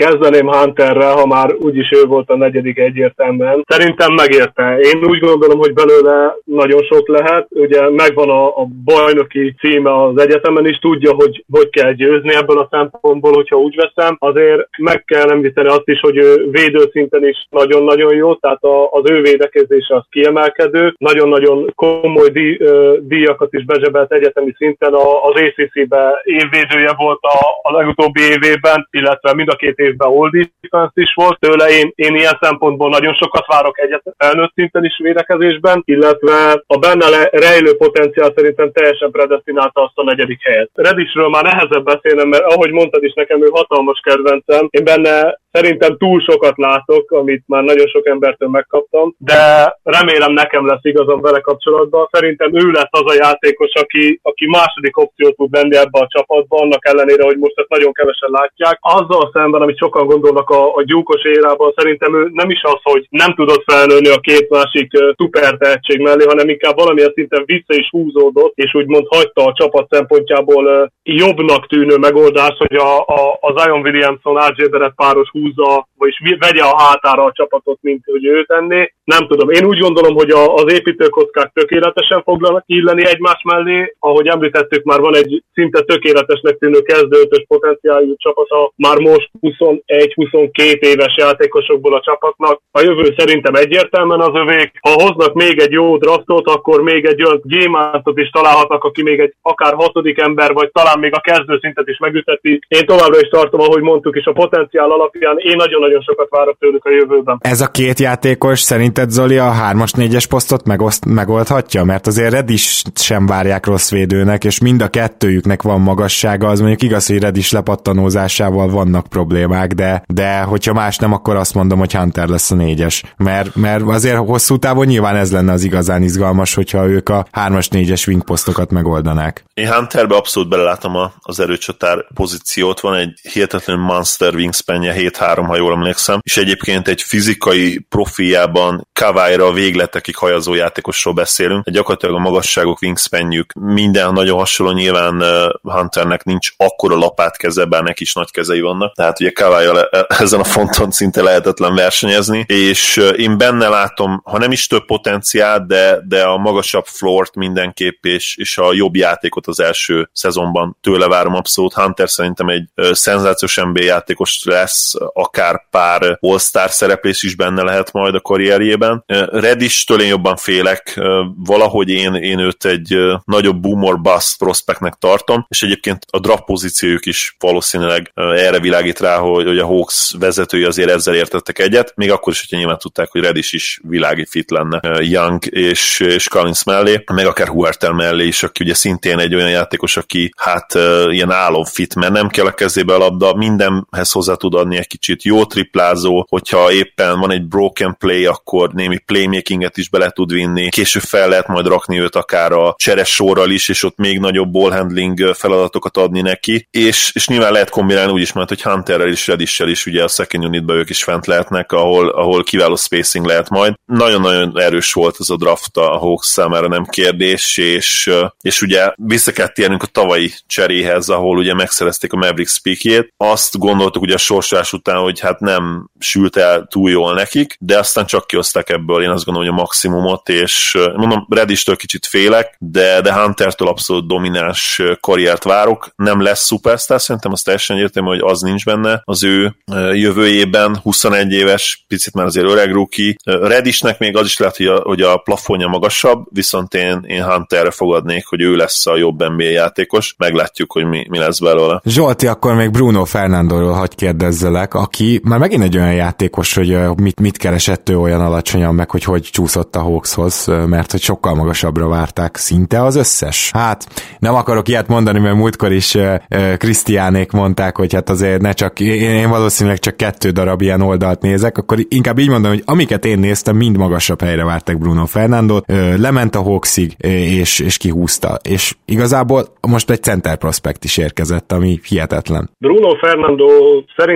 kezdeném Hunterrel, ha már úgyis ő volt a negyedik egyértelműen. Szerintem megérte. Én úgy gondolom, hogy belőle nagyon sok lehet. Ugye megvan a, a bajnoki címe az egyetemen is, tudja, hogy hogy kell győzni ebből a szempontból, hogyha úgy veszem. Azért meg kell említeni azt is, hogy ő védőszinten is nagyon-nagyon jó, tehát a, az ő védekezése az kiemelkedő. Nagyon-nagyon komoly díj, díjakat is bezsebelt egyetemi szinten. A, az á cé cé-be évvédője volt a, a legutóbbi évében, illetve mind a két évben All Defense is volt. Tőle én, én ilyen szempontból nagyon sokat várok egyetem felnőtt szinten is védekezésben, illetve a benne le, rejlő potenciál szerintem teljesen predesztinálta azt a negyedik helyet. Reddichről már nehezebb beszélnem, mert ahogy mondtad is, nekem ő hatalmas kedvencem. Én benne szerintem túl sokat látok, amit már nagyon sok embertől megkaptam, de remélem nekem lesz igazam vele kapcsolatban. Szerintem ő lesz az a játékos, aki, aki második opciót tud lenni ebbe a csapatba, annak ellenére, hogy most ezt nagyon kevesen látják. Azzal szemben, amit sokan gondolnak a, a gyúkos érában, szerintem ő nem is az, hogy nem tudott felnőni a két másik uh, szuper tehetség mellé, hanem inkább valamilyen szinten vissza is húzódott, és úgymond hagyta a csapat szempontjából uh, jobbnak tűnő megoldás, hogy a, a, a Zion Williamson er jé Barrett páros húzza, vagyis vegye a hátára a csapatot, mint hogy ő tenné. Nem tudom. Én úgy gondolom, hogy a, az építőkockák tökéletesen foglalnak illeni egymás mellé. Ahogy említettük, már van egy szinte tökéletesnek tűnő kezdőötös potenciáljú csapata, már most huszonegy-huszonkettő éves játékosokból a csapatnak. A jövő szerintem egyértelműen az övék. Ha hoznak még egy jó draftot, akkor még egy olyan gyémántot is találhatnak, aki még egy akár hatodik ember, vagy talán még a kezdőszintet is megütheti. Én továbbra is tartom, ahogy mondtuk is, a potenciál alapján én nagyon-nagyon sokat várok tőlük a jövőben. Ez a két játékos szerinted, Zoli, a hármas-négyes posztot megoszt, megoldhatja? Mert azért Reddish sem várják rossz védőnek, és mind a kettőjüknek van magassága, az mondjuk igaz, hogy Reddish lepattanózásával vannak problémák, de, de hogyha más nem, akkor azt mondom, hogy Hunter lesz a négyes. Mert, mert azért hosszú távon nyilván ez lenne az igazán izgalmas, hogyha ők a hármas-négyes wing posztokat megoldanák. Én Hunterbe abszolút belelátom a, az erőcsatár pozíciót, van egy hihetetlen monster wingspanje, hét három, ha jól emlékszem, és egyébként egy fizikai profiljában Kawhi-ra a végletekig hajazó játékosról beszélünk, egy gyakorlatilag a magasságok, wingspanjük minden nagyon hasonló, nyilván Hunternek nincs akkora lapátkeze, bár neki is nagy kezei vannak, tehát ugye Kawhi-jal ezen a fonton szinte lehetetlen versenyezni, és én benne látom, ha nem is több potenciál, de, de a magasabb floort mindenképp, és, és a jobb játékot az első szezonban tőle várom abszolút. Hunter szerintem egy szenzációs en bé á játékos lesz, akár pár All-Star szereplés is benne lehet majd a karrierjében. Reddish-től én jobban félek, valahogy én, én őt egy nagyobb boom or bust prospectnek tartom, és egyébként a draft pozíciójuk is valószínűleg erre világít rá, hogy, hogy a Hawks vezetői azért ezzel értettek egyet, még akkor is, hogyha nyilván tudták, hogy Reddish is világi fit lenne Young és, és Collins mellé, meg akár Huerter mellé is, aki ugye szintén egy olyan játékos, aki hát ilyen álomfit, mert nem kell a kezébe a labda, mindenhez hozzá tud adni egy kicsit, jó triplázó, hogyha éppen van egy broken play, akkor némi playmakinget is bele tud vinni, később fel lehet majd rakni őt akár a cseres sorral is, és ott még nagyobb ballhandling feladatokat adni neki, és, és nyilván lehet kombinálni úgy is, mert hogy Hunterrel és Reddishsel is ugye a second unitba ők is fent lehetnek, ahol, ahol kiváló spacing lehet majd. Nagyon-nagyon erős volt ez a draft a Hawks számára, nem kérdés, és, és ugye vissza kell térnünk a tavalyi cseréhez, ahol ugye megszerezték a Mavericks pickjét. Azt gondoltuk ugye a sorsolás után, hogy hát nem sült el túl jól nekik, de aztán csak kihozták ebből, én azt gondolom, hogy a maximumot, és mondom, Reddishtől kicsit félek, de, de Huntertől abszolút domináns karriert várok. Nem lesz szupersztár, szerintem azt teljesen értem, hogy az nincs benne az ő jövőjében, huszonegy éves, picit már azért öreg rookie. Reddishnek még az is lehet, hogy a, hogy a plafonja magasabb, viszont én, én Hunterre fogadnék, hogy ő lesz a jobb en bé á játékos, meglátjuk, hogy mi, mi lesz belőle. Zsolti, akkor még Bruno Fernandóról hadd kérdezzelek, aki már megint egy olyan játékos, hogy mit, mit keresett ő olyan alacsonyan, meg hogy hogy csúszott a Hawkshoz, mert hogy sokkal magasabbra várták szinte az összes. Hát nem akarok ilyet mondani, mert múltkor is Krisztiánék mondták, hogy hát azért ne csak, én valószínűleg csak kettő darab ilyen oldalt nézek, akkor inkább így mondom, hogy amiket én néztem, mind magasabb helyre várták Bruno Fernandót, lement a Hawksig, és, és kihúzta. És igazából most egy center prospect is érkezett, ami hihetetlen. Bruno Fernando szerintem egy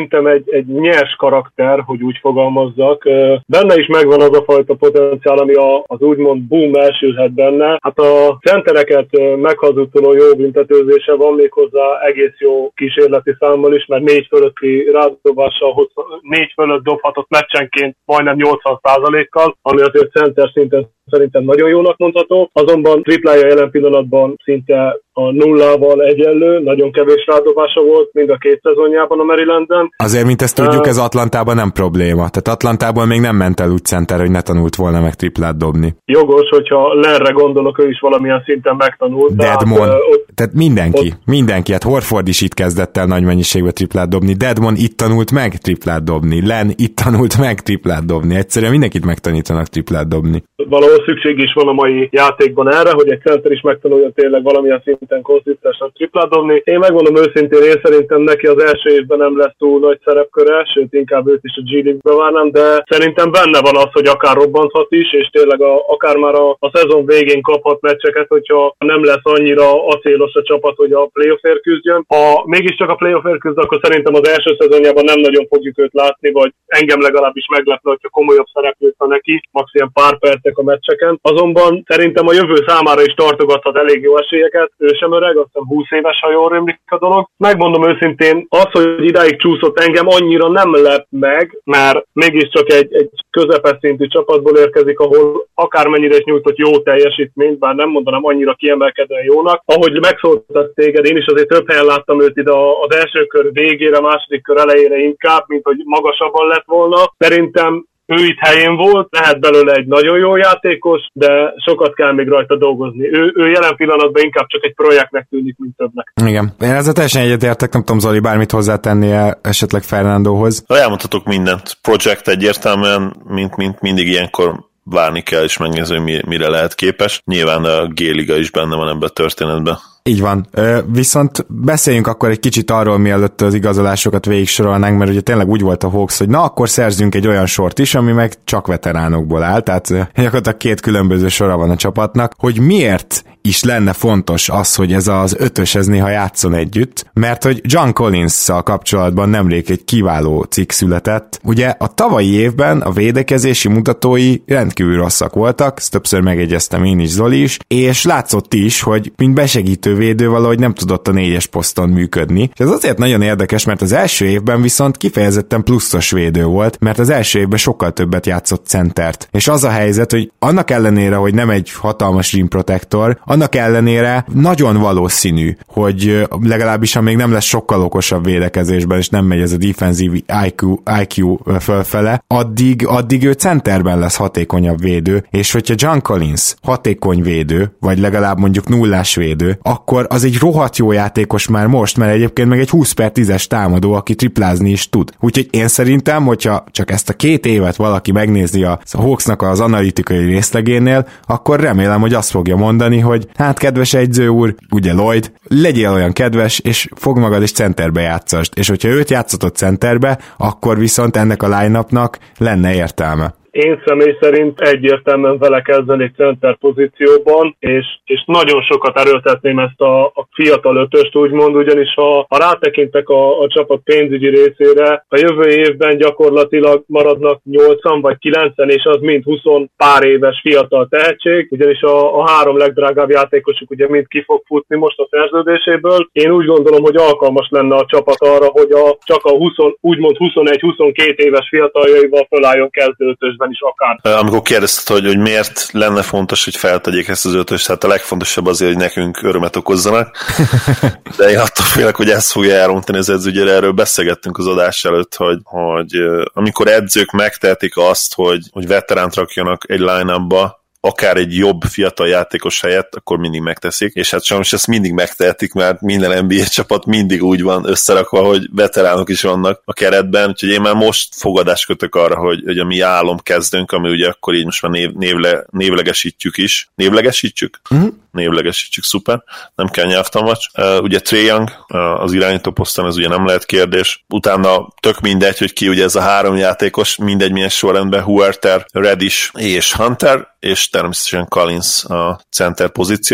egy nyers karakter, hogy úgy fogalmazzak. Benne is megvan az a fajta potenciál, ami a, az úgymond boom elsülhet benne. Hát a centereket meghazudtoló jó büntetőzése van, méghozzá egész jó kísérleti számmal is, mert négy fölötti rádobással, négy fölött dobhatott meccsenként majdnem nyolcvan százalékkal, ami azért center szinten szerintem nagyon jónak mondható. Azonban triplája jelen pillanatban szinte a nullával egyenlő, nagyon kevés rádobása volt mind a két szezonjában a Marylanden. Azért, mint ezt tudjuk, ez Atlantában nem probléma. Tehát Atlantában még nem ment el úgy center, hogy ne tanult volna meg triplát dobni. Jogos, hogyha Lerre gondolok, ő is valamilyen szinten megtanult. Dedmon. Tehát, ott, tehát mindenki, ott, mindenki. Hát Horford is itt kezdett el nagy mennyiségben triplát dobni. Dedmon itt tanult meg triplát dobni. Len itt tanult meg triplát dobni. Egyszerűen mindenkit megtanítanak triplát dobni. Valahol szükség is van a mai játékban erre, hogy egy center is megtanulja tényleg valamilyen szinten konzisztensen triplát dobni. Én megmondom őszintén, én szerintem neki az első évben nem lesz túl nagy szerepköre, sőt inkább őt is a G League-be várnám, de szerintem benne van az, hogy akár robbanthat is, és tényleg a, akár már a, a szezon végén kaphat meccseket, hogyha nem lesz annyira acélos a csapat, hogy a playoffért küzdjön. Ha mégiscsak a playoffért küzd, akkor szerintem az első szezonjában nem nagyon fogjuk őt látni, vagy engem legalábbis meglepne, hogyha komolyabb szereplőt van neki, max ilyen pár percek a meccseken. Azonban szerintem a jövő számára is tartogathat elég jó esélyeket. Ő sem öreg, azt hiszem húsz éves, ha jól rémlik a dolog. Megmondom őszintén, az, hogy idáig csúszott, engem annyira nem lep meg, mert mégiscsak egy, egy közepes szintű csapatból érkezik, ahol akármennyire is nyújtott jó teljesítményt, bár nem mondanám annyira kiemelkedően jónak. Ahogy megszóltak téged, én is azért több helyen láttam őt ide az első kör végére, második kör elejére inkább, mint hogy magasabban lett volna. Szerintem ő itt helyén volt, lehet belőle egy nagyon jó játékos, de sokat kell még rajta dolgozni. Ő, ő jelen pillanatban inkább csak egy projektnek tűnik, mint többnek. Igen. Én ezzel teljesen egyetértek, nem tudom, Zoli, bármit hozzátennie esetleg Fernandóhoz. Elmondhatok mindent. Projekt egyértelműen, mint, mint mindig ilyenkor várni kell, és megnézni, hogy mire lehet képes. Nyilván a G-liga is benne van ebben a történetben. Így van. Viszont beszéljünk akkor egy kicsit arról, mielőtt az igazolásokat végig sorolnánk, mert ugye tényleg úgy volt a Hawks, hogy na, akkor szerzünk egy olyan sort is, ami meg csak veteránokból áll, tehát gyakorlatilag két különböző sora van a csapatnak, hogy miért is lenne fontos az, hogy ez az ötös ez néha játszon együtt, mert hogy John Collins-szal kapcsolatban nemrég egy kiváló cikk született. Ugye a tavalyi évben a védekezési mutatói rendkívül rosszak voltak, ezt többször megegyeztem én is, Zoli is, és látszott is, hogy mint besegítő védő valahogy nem tudott a négyes poszton működni. És ez azért nagyon érdekes, mert az első évben viszont kifejezetten pluszos védő volt, mert az első évben sokkal többet játszott centert. És az a helyzet, hogy annak ellenére, hogy nem egy hatalmas rim protector, annak ellenére nagyon valószínű, hogy legalábbis amíg nem lesz sokkal okosabb védekezésben, és nem megy ez a defensív I Q, I Q fölfele, addig, addig ő centerben lesz hatékonyabb védő, és hogyha John Collins hatékony védő, vagy legalább mondjuk nullás védő, akkor az egy rohadt jó játékos már most, mert egyébként meg egy húsz per tízes támadó, aki triplázni is tud. Úgyhogy én szerintem, hogyha csak ezt a két évet valaki megnézi a Hawksnak az analitikai részlegénél, akkor remélem, hogy azt fogja mondani, hogy hát kedves edző úr, ugye Lloyd, legyél olyan kedves, és fog magad is centerbe játszast. És hogyha őt játszott centerbe, akkor viszont ennek a line-upnak lenne értelme. Én személy szerint egyértelműen vele kezdenék center pozícióban, és, és nagyon sokat erőltetném ezt a, a fiatal ötöst, úgymond, ugyanis ha, ha rátekintek a, a csapat pénzügyi részére, a jövő évben gyakorlatilag maradnak nyolcan vagy kilencen, és az mind húsz pár éves fiatal tehetség, ugyanis a, a három legdrágább játékosuk ugye mind ki fog futni most a szerződéséből. Én úgy gondolom, hogy alkalmas lenne a csapat arra, hogy a, csak a húsz, úgymond huszonegy-huszonkét éves fiataljaival fölálljon kezdő ötösben is akár. Amikor kérdezted, hogy, hogy miért lenne fontos, hogy feltegyék ezt az ötöst, hát a legfontosabb azért, hogy nekünk örömet okozzanak. De én attól félek, hogy ezt fogja elrontani az edző, ugye erről beszélgettünk az adás előtt, hogy, hogy amikor edzők megtehetik azt, hogy, hogy veteránt rakjanak egy line-upba, akár egy jobb fiatal játékos helyett, akkor mindig megteszik, és hát sajnos ezt mindig megtehetik, mert minden en bé á csapat mindig úgy van összerakva, hogy veteránok is vannak a keretben, úgyhogy én már most fogadást kötök arra, hogy, hogy a mi álom kezdünk, ami ugye akkor így most már név, névle, névlegesítjük is. Névlegesítjük? Uh-huh. Névlegesítjük, szuper, nem kell nyelvtanvacs. Uh, ugye Trae Young uh, az irányító poszton, ez ugye nem lehet kérdés. Utána tök mindegy, hogy ki ugye ez a három játékos, mindegy milyen sorrendben, Huerter, Reddish és Hunter, és természetesen Collins a center pozícióban.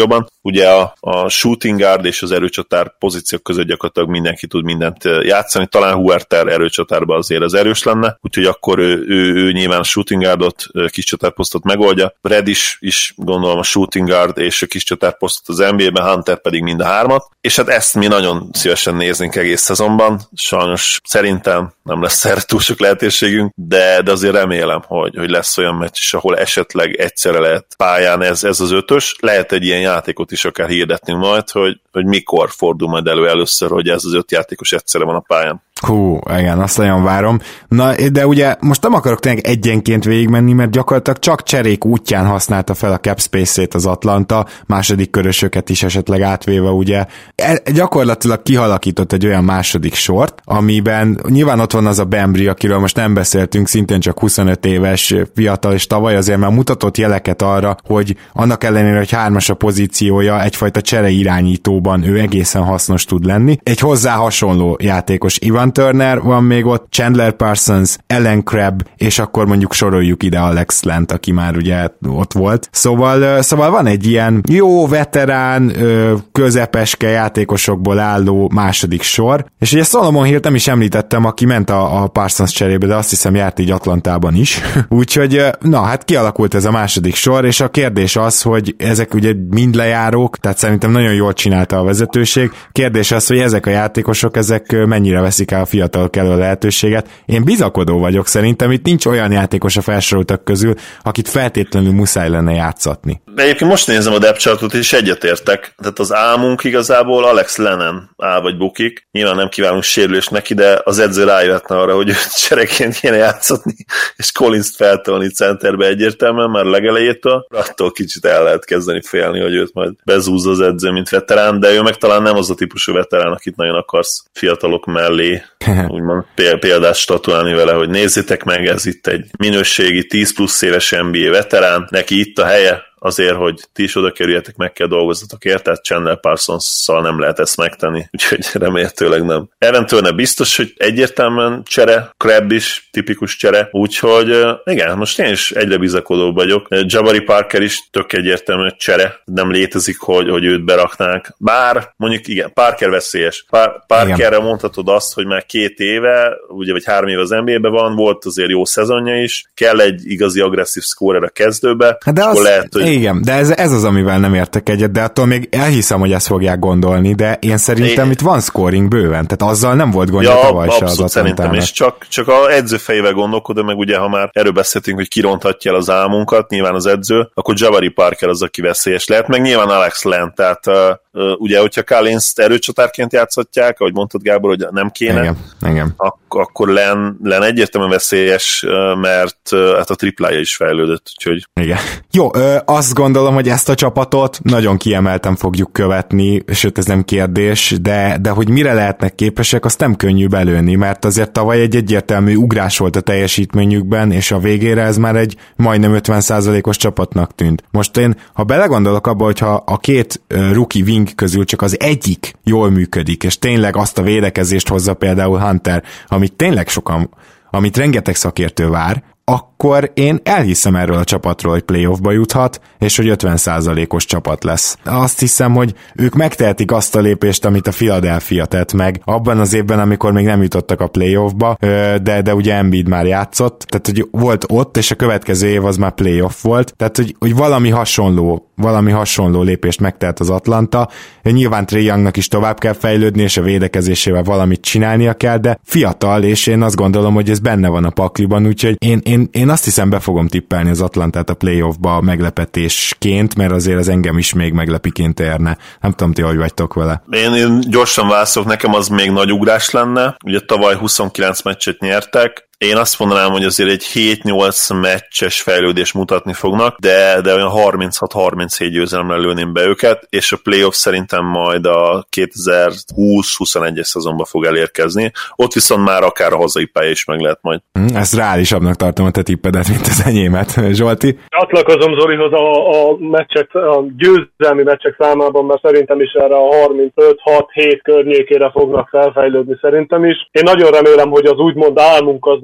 ugye a, a shooting guard és az erőcsatár pozíciók között gyakorlatilag mindenki tud mindent játszani, talán Huerter erőcsatárban azért az erős lenne, úgyhogy akkor ő, ő, ő nyilván a shooting guardot, kis csatárposztot megoldja. Reddish is gondolom a shooting guard és a kis csatárposztot az en bé á-ben, Hunter pedig mind a hármat, és hát ezt mi nagyon szívesen néznénk egész szezonban, sajnos szerintem nem lesz erre túl sok lehetőségünk, de, de azért remélem, hogy, hogy lesz olyan meccs is, ahol esetleg egyszerre lehet pályán ez, ez az ötös, lehet egy ilyen játékot is akár hirdetni majd, hogy, hogy mikor fordul majd elő először, hogy ez az öt játékos egyszerre van a pályán. Hú, igen, azt nagyon várom. Na, de ugye most nem akarok tényleg egyenként végigmenni, mert gyakorlatilag csak cserék útján használta fel a cap space-ét az Atlanta, második körösöket is esetleg átvéve, ugye. E, gyakorlatilag kihalakított egy olyan második sort, amiben nyilván ott van az a Bembry, akiről most nem beszéltünk, szintén csak huszonöt éves fiatal, és tavaly azért már mutatott jeleket arra, hogy annak ellenére, hogy hármas a pozíciója, egyfajta csere irányítóban ő egészen hasznos tud lenni. Egy hozzá hasonló játékos Ivan Turner van még ott, Chandler Parsons, Allen Crabbe, és akkor mondjuk soroljuk ide Alex Lent, aki már ugye ott volt. Szóval, szóval van egy ilyen jó veterán, közepeske játékosokból álló második sor, és ugye Solomon Hill nem is említettem, aki ment a, a Parsons cserébe, de azt hiszem járt így Atlantában is. Úgyhogy, na hát kialakult ez a második sor, és a kérdés az, hogy ezek ugye mind lejárók, tehát szerintem nagyon jól csinálta a vezetőség. Kérdés az, hogy ezek a játékosok, ezek mennyire veszik el a fiatalok elő a lehetőséget. Én bizakodó vagyok, szerintem itt nincs olyan játékos a felsoroltak közül, akit feltétlenül muszáj lenne játszatni. De egyébként most nézem a depth chartot, és egyetértek. Tehát az álmunk igazából Alex Lennon áll vagy bukik. Nyilván nem kívánunk sérülést neki, de az edző rájöhetne arra, hogy őt csereként kéne játszatni, és Collins-t feltolni centerbe egyértelműen már legelejétől. Attól kicsit el lehet kezdeni félni, hogy őt majd bezúzza az edző, mint veterán, de ő meg talán nem az a típusú veterán, akit nagyon akarsz fiatalok mellé úgymond példát statuálni vele, hogy nézzétek meg, ez itt egy minőségi tíz plusz éves en bé á veterán, neki itt a helye, azért, hogy ti is oda kerüljetek, meg kell dolgozatok ért, tehát Chandler Parsons-szal nem lehet ezt megtenni, úgyhogy remélhetőleg nem. Evan Turner biztos, hogy egyértelműen csere, Crabbe is tipikus csere, úgyhogy igen, most én is egyre bizakodóbb vagyok. Jabari Parker is tök egyértelmű csere, nem létezik, hogy, hogy őt beraknák, bár mondjuk igen, Parker veszélyes. Par- Parkerre mondhatod azt, hogy már két éve, ugye vagy három éve az en bé á-ben van, volt azért jó szezonja is, kell egy igazi agresszív scorer a kezdőbe, de az... lehet, hogy igen, de ez, ez az, amivel nem értek egyet, de attól még elhiszem, hogy ezt fogják gondolni, de én szerintem é... itt van scoring bőven, tehát azzal nem volt gondja ja, tavaly se az szerintem, és csak, csak a edző fejével gondolkodom, meg ugye, ha már erről beszéltünk, hogy kironthatja el az álmunkat, nyilván az edző, akkor Jabari Parker az, aki veszélyes lehet, meg nyilván Alex Len, tehát uh, uh, ugye, hogyha Collins-t erőcsatárként játszhatják, ahogy mondtad Gábor, hogy nem kéne, igen, igen. Ak- akkor Len, Len egyértelműen veszélyes, uh, mert uh, hát a triplája is fejlődött, úgyhogy... Igen. Jó, ö, azt gondolom, hogy ezt a csapatot nagyon kiemelten fogjuk követni, sőt ez nem kérdés, de, de hogy mire lehetnek képesek, azt nem könnyű belőni, mert azért tavaly egy egyértelmű ugrás volt a teljesítményükben, és a végére ez már egy majdnem ötven százalékos csapatnak tűnt. Most én, ha belegondolok abba, hogyha a két uh, rookie wing közül csak az egyik jól működik, és tényleg azt a védekezést hozza például Hunter, amit tényleg sokan, amit rengeteg szakértő vár, akkor én elhiszem erről a csapatról, hogy playoffba juthat, és hogy ötven százalékos csapat lesz. Azt hiszem, hogy ők megtehetik azt a lépést, amit a Philadelphia tett meg abban az évben, amikor még nem jutottak a playoffba, de, de ugye Embiid már játszott, tehát hogy volt ott, és a következő év az már playoff volt, tehát hogy, hogy valami hasonló valami hasonló lépést megtehet az Atlanta. Nyilván Trae Youngnak is tovább kell fejlődni, és a védekezésével valamit csinálnia kell, de fiatal, és én azt gondolom, hogy ez benne van a pakliban, úgyhogy én, én, én azt hiszem be fogom tippelni az Atlantát a playoffba meglepetésként, mert azért az engem is még meglepiként érne. Nem tudom, ti hogy vagytok vele. Én, én gyorsan válaszolok, nekem az még nagy ugrás lenne. Ugye tavaly huszonkilenc meccset nyertek, én azt mondanám, hogy azért egy hét-nyolc meccses fejlődés mutatni fognak, de, de olyan harminchat harminchét győzelemre lőném be őket, és a playoff szerintem majd a kétezer-húsz-huszonegyes szezonban fog elérkezni. Ott viszont már akár a hazai pálya is meg lehet majd. Ezt reálisabbnak tartom a te tippedet, mint az enyémet. Zsolti? Csatlakozom Zolihoz a, a meccsek, a győzelmi meccsek számában, mert szerintem is erre a harmincöt hat hét környékére fognak felfejlődni szerintem is. Én nagyon remélem, hogy az úgymond álmunk az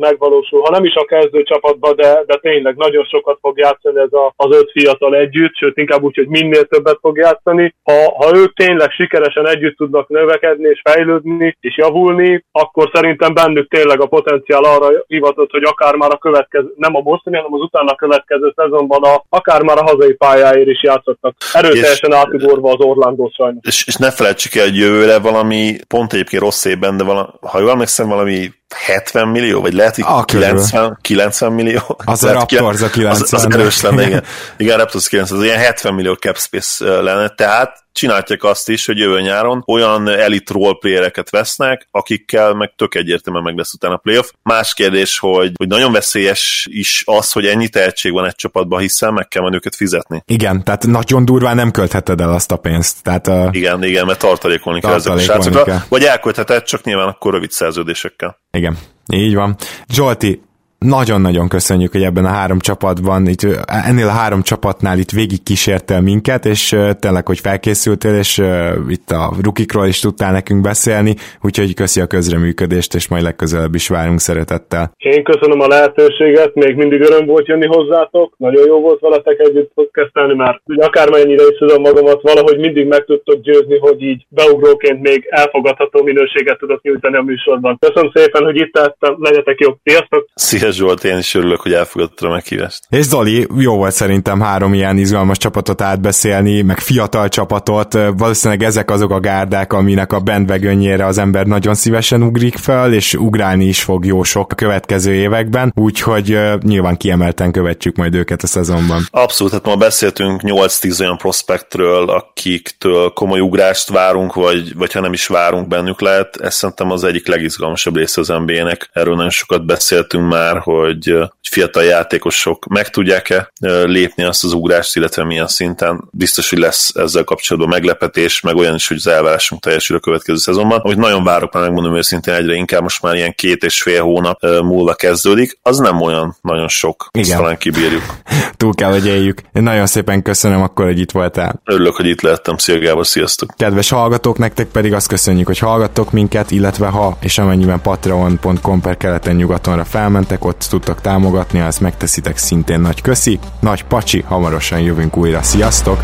megvalósul, ha nem is a kezdő csapatban, de, de tényleg nagyon sokat fog játszani ez a, az öt fiatal együtt, sőt inkább úgy, hogy minél többet fog játszani. Ha, ha ők tényleg sikeresen együtt tudnak növekedni és fejlődni és javulni, akkor szerintem bennük tényleg a potenciál arra hivatott, hogy akár már a következő, nem a bosztoni, hanem az utána következő szezonban a, akár már a hazai pályáért is játszottak. Erőteljesen átugorva az Orlandó sajnos. És, és ne felejtsük el, hogy jövőre valami, pont egyébként rossz évben, de valami, ha jól emlékszem, valami hetven millió, vagy lehet, hogy kilencven, kilencven millió. Az a Raptors a kilencven. Az, az erős lenne, igen. Igen, Raptors kilencven, az ilyen hetven millió cap space lenne, tehát csinálják azt is, hogy jövő nyáron olyan elite roleplayereket vesznek, akikkel meg tök egyértelműen meg lesz utána a playoff. Más kérdés, hogy, hogy nagyon veszélyes is az, hogy ennyi tehetség van egy csapatban, hiszen meg kell majd őket fizetni. Igen, tehát nagyon durván nem költheted el azt a pénzt. Tehát, uh, igen, igen, mert tartalékolni kell ezek a srácokra. Vagy elköltheted, csak nyilván akkor rövid szerződésekkel. Igen, így van. Zsolti, nagyon-nagyon köszönjük, hogy ebben a három csapatban, itt, ennél a három csapatnál itt végig kísértél minket, és uh, tényleg, hogy felkészültél, és uh, itt a rukikról is tudtál nekünk beszélni, úgyhogy köszi a közreműködést, és majd legközelebb is várunk szeretettel. Én köszönöm a lehetőséget, még mindig öröm volt jönni hozzátok, nagyon jó volt veletek együtt podcastelni, mert akármennyire is tudom magamat, valahogy mindig meg tudtok győzni, hogy így beugróként még elfogadható minőséget tudok nyújtani a műsorban. Köszönöm szépen, hogy itt lettem, legyetek jók, sziasztok! Szia Zsolt, én is örülök, hogy elfogadtad a meghívást. És Zoli, jó volt szerintem három ilyen izgalmas csapatot átbeszélni, meg fiatal csapatot, valószínűleg ezek azok a gárdák, aminek a bandwagonjére az ember nagyon szívesen ugrik fel, és ugrálni is fog jó sok a következő években, úgyhogy uh, nyilván kiemelten követjük majd őket a szezonban. Abszolút, hát ma beszéltünk nyolc-tíz olyan prospektről, akiktől komoly ugrást várunk, vagy, vagy ha nem is várunk bennük lehet, ez szerintem az egyik legizgalmasabb része az en bé á-nek. Erről nagyon sokat beszéltünk már, hogy fiatal játékosok meg tudják-e lépni azt az ugrást, illetve milyen szinten. Biztos, hogy lesz ezzel kapcsolatban meglepetés, meg olyan is, hogy az elvárásunk teljesül a következő szezonban. Amit nagyon várok, már megmondom őszintén, egyre inkább most már ilyen két és fél hónap múlva kezdődik. Az nem olyan nagyon sok. Igen. Azt talán kibírjuk. Túl kell, hogy éljük. Én nagyon szépen köszönöm akkor, hogy itt voltál. Örülök, hogy itt lehettem. Szia Gábor, sziasztok! Kedves hallgatók, nektek pedig azt köszönjük, hogy hallgattok minket, illetve ha és amennyiben patreon pont com per keleten nyugatonra felmentek, ott tudtok támogatni, ha ezt megteszitek, szintén nagy köszi. Nagy pacsi, hamarosan jövünk újra. Sziasztok!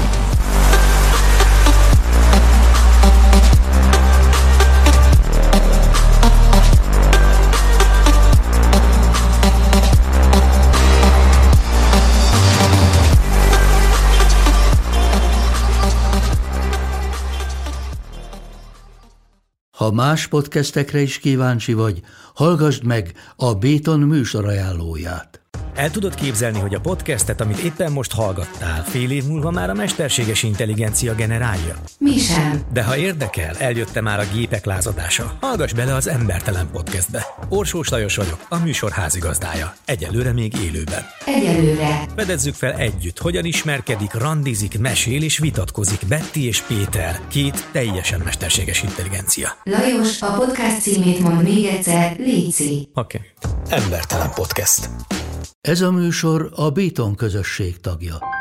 Ha más podcastekre is kíváncsi vagy, hallgassd meg a Béton műsor ajánlóját. El tudod képzelni, hogy a podcastet, amit éppen most hallgattál, fél év múlva már a mesterséges intelligencia generálja? Mi sem. De ha érdekel, eljött már a gépek lázadása. Hallgass bele az Embertelen Podcastbe. Orsós Lajos vagyok, a műsor házigazdája. Egyelőre még élőben. Egyelőre. Fedezzük fel együtt, hogyan ismerkedik, randizik, mesél és vitatkozik Betty és Péter, két teljesen mesterséges intelligencia. Lajos, a podcast címét mond még egyszer, léci. Oké. Okay. Embertelen Podcast. Ez a műsor a Béton közösség tagja.